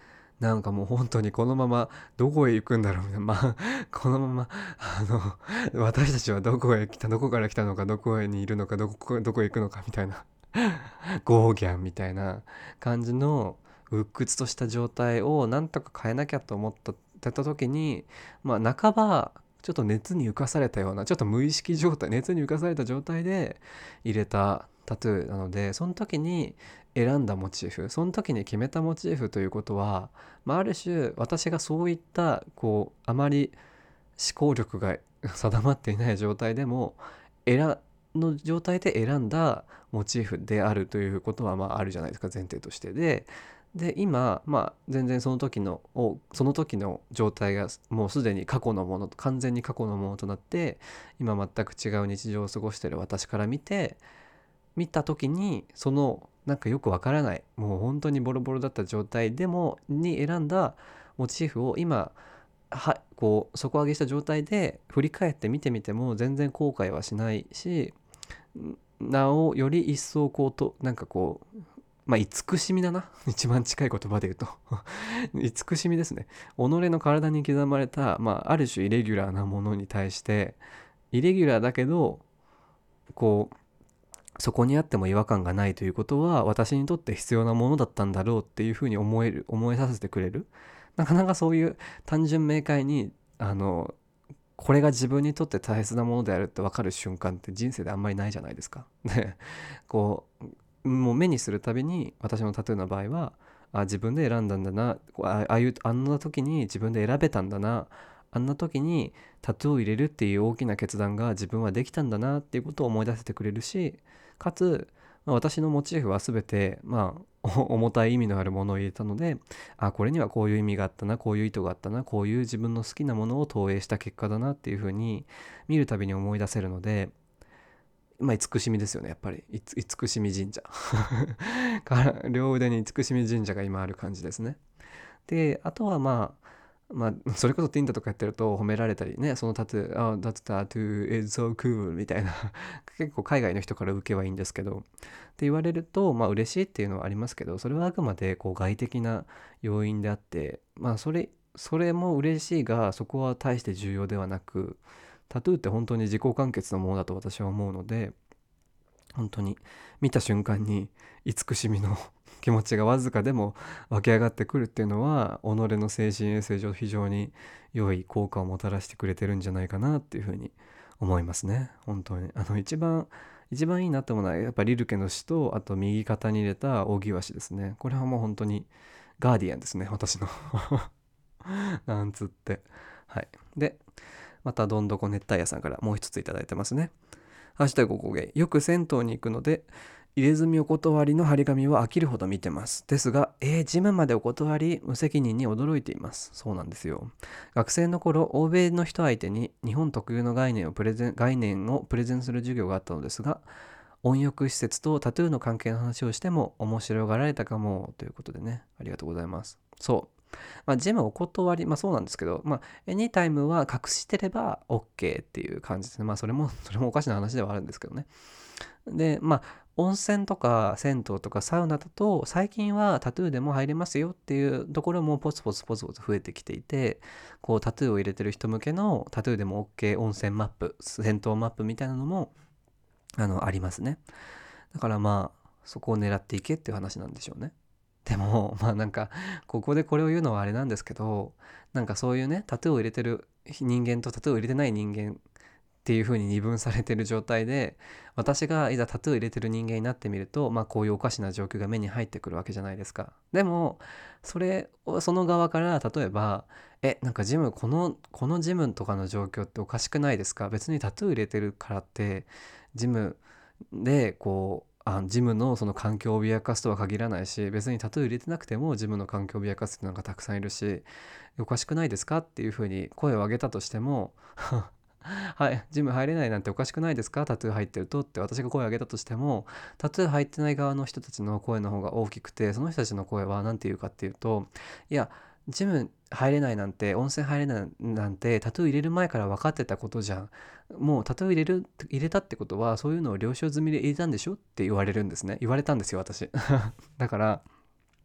なんかもう本当にこのままどこへ行くんだろうみたいな、まあこのままあの私たちはどこへ来た、どこから来たのか、どこにいるのか、どこどこへ行くのかみたいなゴーギャンみたいな感じの鬱屈とした状態をなんとか変えなきゃと思ったってた時に、まあ半ばちょっと熱に浮かされたような、ちょっと無意識状態、熱に浮かされた状態で入れたタトゥーなので、その時に選んだモチーフ、その時に決めたモチーフということは、まあ、ある種私がそういったこうあまり思考力が定まっていない状態でも選の状態で選んだモチーフであるということはまああるじゃないですか、前提として。でで今まあ全然その時のをその時の状態がもうすでに過去のものと、完全に過去のものとなって、今全く違う日常を過ごしている私から見て見た時に、そのなんかよくわからない、もう本当にボロボロだった状態でもに選んだモチーフを今はこう底上げした状態で振り返って見てみても全然後悔はしないし、なおより一層こうとなんかこう、まあ慈しみだな一番近い言葉で言うと慈しみですね。己の体に刻まれた、まあ、ある種イレギュラーなものに対して、イレギュラーだけどこうそこにあっても違和感がないということは私にとって必要なものだったんだろうっていうふうに思える思えさせてくれる、なかなかそういう単純明快にあのこれが自分にとって大切なものであるって分かる瞬間って人生であんまりないじゃないですか。でこうもう目にするたびに、私のタトゥーの場合はあ自分で選んだんだな、ああいうあんな時に自分で選べたんだな、あんな時にタトゥーを入れるっていう大きな決断が自分はできたんだなっていうことを思い出せてくれるし、かつ、まあ、私のモチーフは全て、まあ、重たい意味のあるものを入れたので、あこれにはこういう意味があったな、こういう意図があったな、こういう自分の好きなものを投影した結果だなっていうふうに見るたびに思い出せるので、まあ慈しみですよね、やっぱり慈しみ神社から両腕に慈しみ神社が今ある感じですね。であとはまあまあ、それこそ Tinder とかやってると褒められたりね、そのタトゥー、あ、that tattoo is so cool みたいな結構海外の人から受けはいいんですけど、って言われるとまあ嬉しいっていうのはありますけど、それはあくまでこう外的な要因であって、まあそれそれも嬉しいが、そこは大して重要ではなく、タトゥーって本当に自己完結のものだと私は思うので、本当に見た瞬間に慈しみの気持ちがわずかでも湧き上がってくるっていうのは、己の精神衛生上非常に良い効果をもたらしてくれてるんじゃないかなっていうふうに思いますね。本当にあの一番一番いいなって思うのはやっぱリルケの詩と、あと右肩に入れた扇鷲ですね。これはもう本当にガーディアンですね、私のなんつって。はい。でまたどんどこ熱帯夜さんからもう一ついただいてますね。ハッシュタグおこげ、よく銭湯に行くので入れ墨お断りの張り紙は飽きるほど見てます。ですが、えー、ジムまでお断り、無責任に驚いています。そうなんですよ。学生の頃、欧米の人相手に日本特有の概念をプレゼン、概念をプレゼンする授業があったのですが、温浴施設とタトゥーの関係の話をしても面白がられたかもということでね、ありがとうございます。そう。まあ、ジムお断り、まあそうなんですけど、まあ、エニタイムは隠してれば OK っていう感じですね。まあそれも、それもおかしな話ではあるんですけどね。で、まあ、温泉とか銭湯とかサウナだと最近はタトゥーでも入れますよっていうところもポツポツポツポツ増えてきていて、こうタトゥーを入れてる人向けのタトゥーでも OK 温泉マップ、銭湯マップみたいなのもあのありますね。だからまあそこを狙っていけっていう話なんでしょうね。でもまあなんかここでこれを言うのはあれなんですけど、なんかそういうねタトゥーを入れてる人間とタトゥーを入れてない人間っていう風に二分されてる状態で、私がいざタトゥー入れてる人間になってみると、まあこういうおかしな状況が目に入ってくるわけじゃないですか。でもそれをその側から例えば、えなんかジムこのこのジムとかの状況っておかしくないですか、別にタトゥー入れてるからってジムでこうあジムのその環境を脅かすとは限らないし、別にタトゥー入れてなくてもジムの環境を脅かすっていうのがたくさんいるし、おかしくないですかっていう風に声を上げたとしてもはい、ジム入れないなんておかしくないですか、タトゥー入ってるとって私が声を上げたとしても、タトゥー入ってない側の人たちの声の方が大きくて、その人たちの声は何て言うかっていうと、いやジム入れないなんて、温泉入れないなんてタトゥー入れる前から分かってたことじゃん、もうタトゥー入れる入れたってことはそういうのを了承済みで入れたんでしょって言われるんですね。言われたんですよ私だから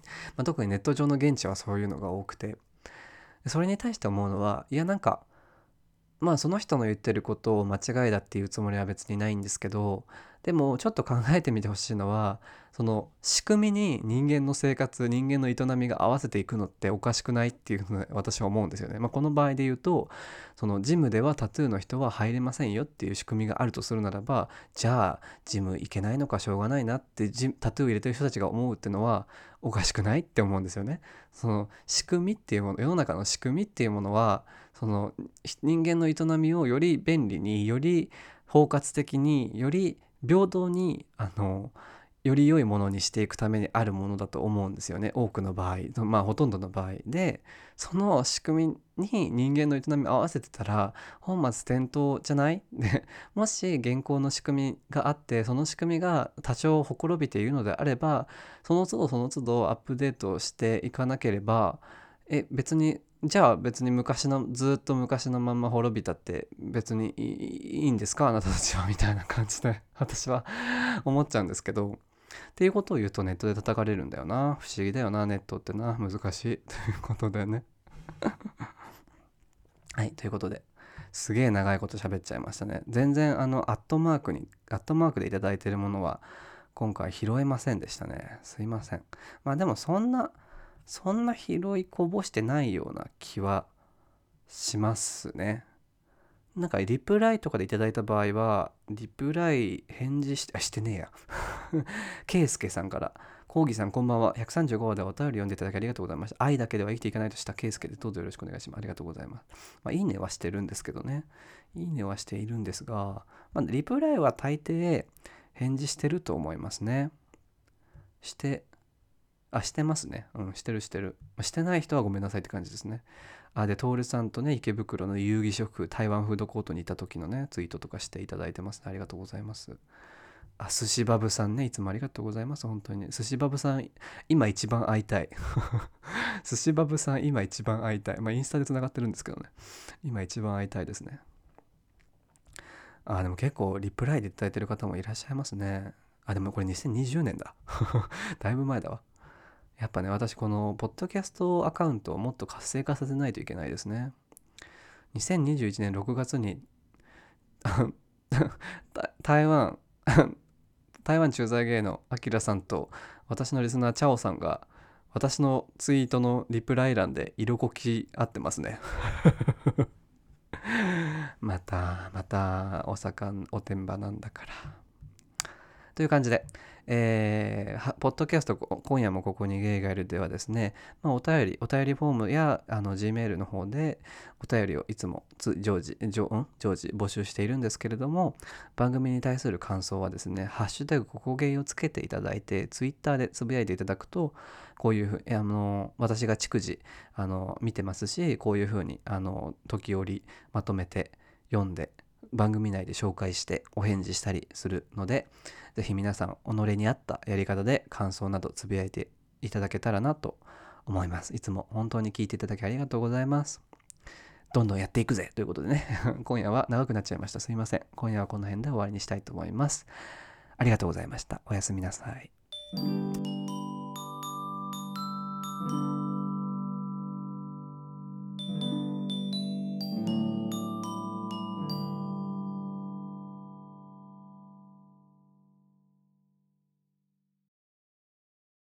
まあ、特にネット上の現地はそういうのが多くて、それに対して思うのは、いやなんかまあその人の言ってることを間違いだっていうつもりは別にないんですけど、でもちょっと考えてみてほしいのは、その仕組みに人間の生活、人間の営みが合わせていくのっておかしくないっていうのを私は思うんですよね。まあ、この場合で言うと、そのジムではタトゥーの人は入れませんよっていう仕組みがあるとするならば、じゃあジム行けないのかしょうがないなってジタトゥー入れてる人たちが思うっていうのはおかしくないって思うんですよね。その仕組みっていうもの、世の中の仕組みっていうものは、その人間の営みをより便利に、より包括的に、より平等に、あのより良いものにしていくためにあるものだと思うんですよね、多くの場合、まあほとんどの場合で。その仕組みに人間の営みを合わせてたら本末転倒じゃないで、もし現行の仕組みがあって、その仕組みが多少ほころびているのであれば、その都度その都度アップデートしていかなければ、え別にじゃあ別に昔のずっと昔のまんま滅びたって別にいい、いいんですかあなたたちは、みたいな感じで私は思っちゃうんですけど、っていうことを言うとネットで叩かれるんだよな。不思議だよな、ネットってな、難しいということでねはい、ということですげえ長いこと喋っちゃいましたね。全然あのアットマークにアットマークでいただいているものは今回拾えませんでしたね。すいません。まあでもそんなそんな拾いこぼしてないような気はしますね。なんかリプライとかでいただいた場合は、リプライ返事してあしてねえやケイスケさんから、コーギさんこんばんは、ひゃくさんじゅうごわでお便り読んでいただきありがとうございました。愛だけでは生きていかないとしたケイスケで、どうぞよろしくお願いします。ありがとうございます。まあ、いいねはしてるんですけどね。いいねはしているんですが、まあ、リプライは大抵返事してると思いますね。してあ、してますね。うん、してるしてる。してない人はごめんなさいって感じですね。あ、で、トールさんとね、池袋の遊戯食、台湾フードコートにいた時のね、ツイートとかしていただいてますね。ありがとうございます。あ、寿司バブさんね、いつもありがとうございます。本当に。寿司バブさん、今一番会いたい。寿司バブさん、今一番会いたい。まあ、インスタで繋がってるんですけどね。今一番会いたいですね。あ、でも結構リプライでいただいてる方もいらっしゃいますね。あ、でもこれにせんにじゅうねんだ。だいぶ前だわ。やっぱね、私このポッドキャストアカウントをもっと活性化させないといけないですね。にせんにじゅういちねんろくがつに台湾台湾駐在芸のアキラさんと私のリスナーチャオさんが私のツイートのリプライ欄で色こき合ってますねまたまたお盛んおてんばなんだからという感じで、えー、ポッドキャスト今夜もここにゲイがいるではですね、まあ、お便りお便りフォームやあの Gmail の方でお便りをいつも常時常常時募集しているんですけれども、番組に対する感想はですね、ハッシュタグここゲイをつけていただいてツイッターでつぶやいていただくと、こういうふうあの私が逐次あの見てますし、こういうふうにあの時折まとめて読んで番組内で紹介してお返事したりするので、ぜひ皆さん己に合ったやり方で感想などつぶやいていただけたらなと思います。いつも本当に聞いていただきありがとうございます。どんどんやっていくぜということでね今夜は長くなっちゃいました。すいません。今夜はこの辺で終わりにしたいと思います。ありがとうございました。おやすみなさい。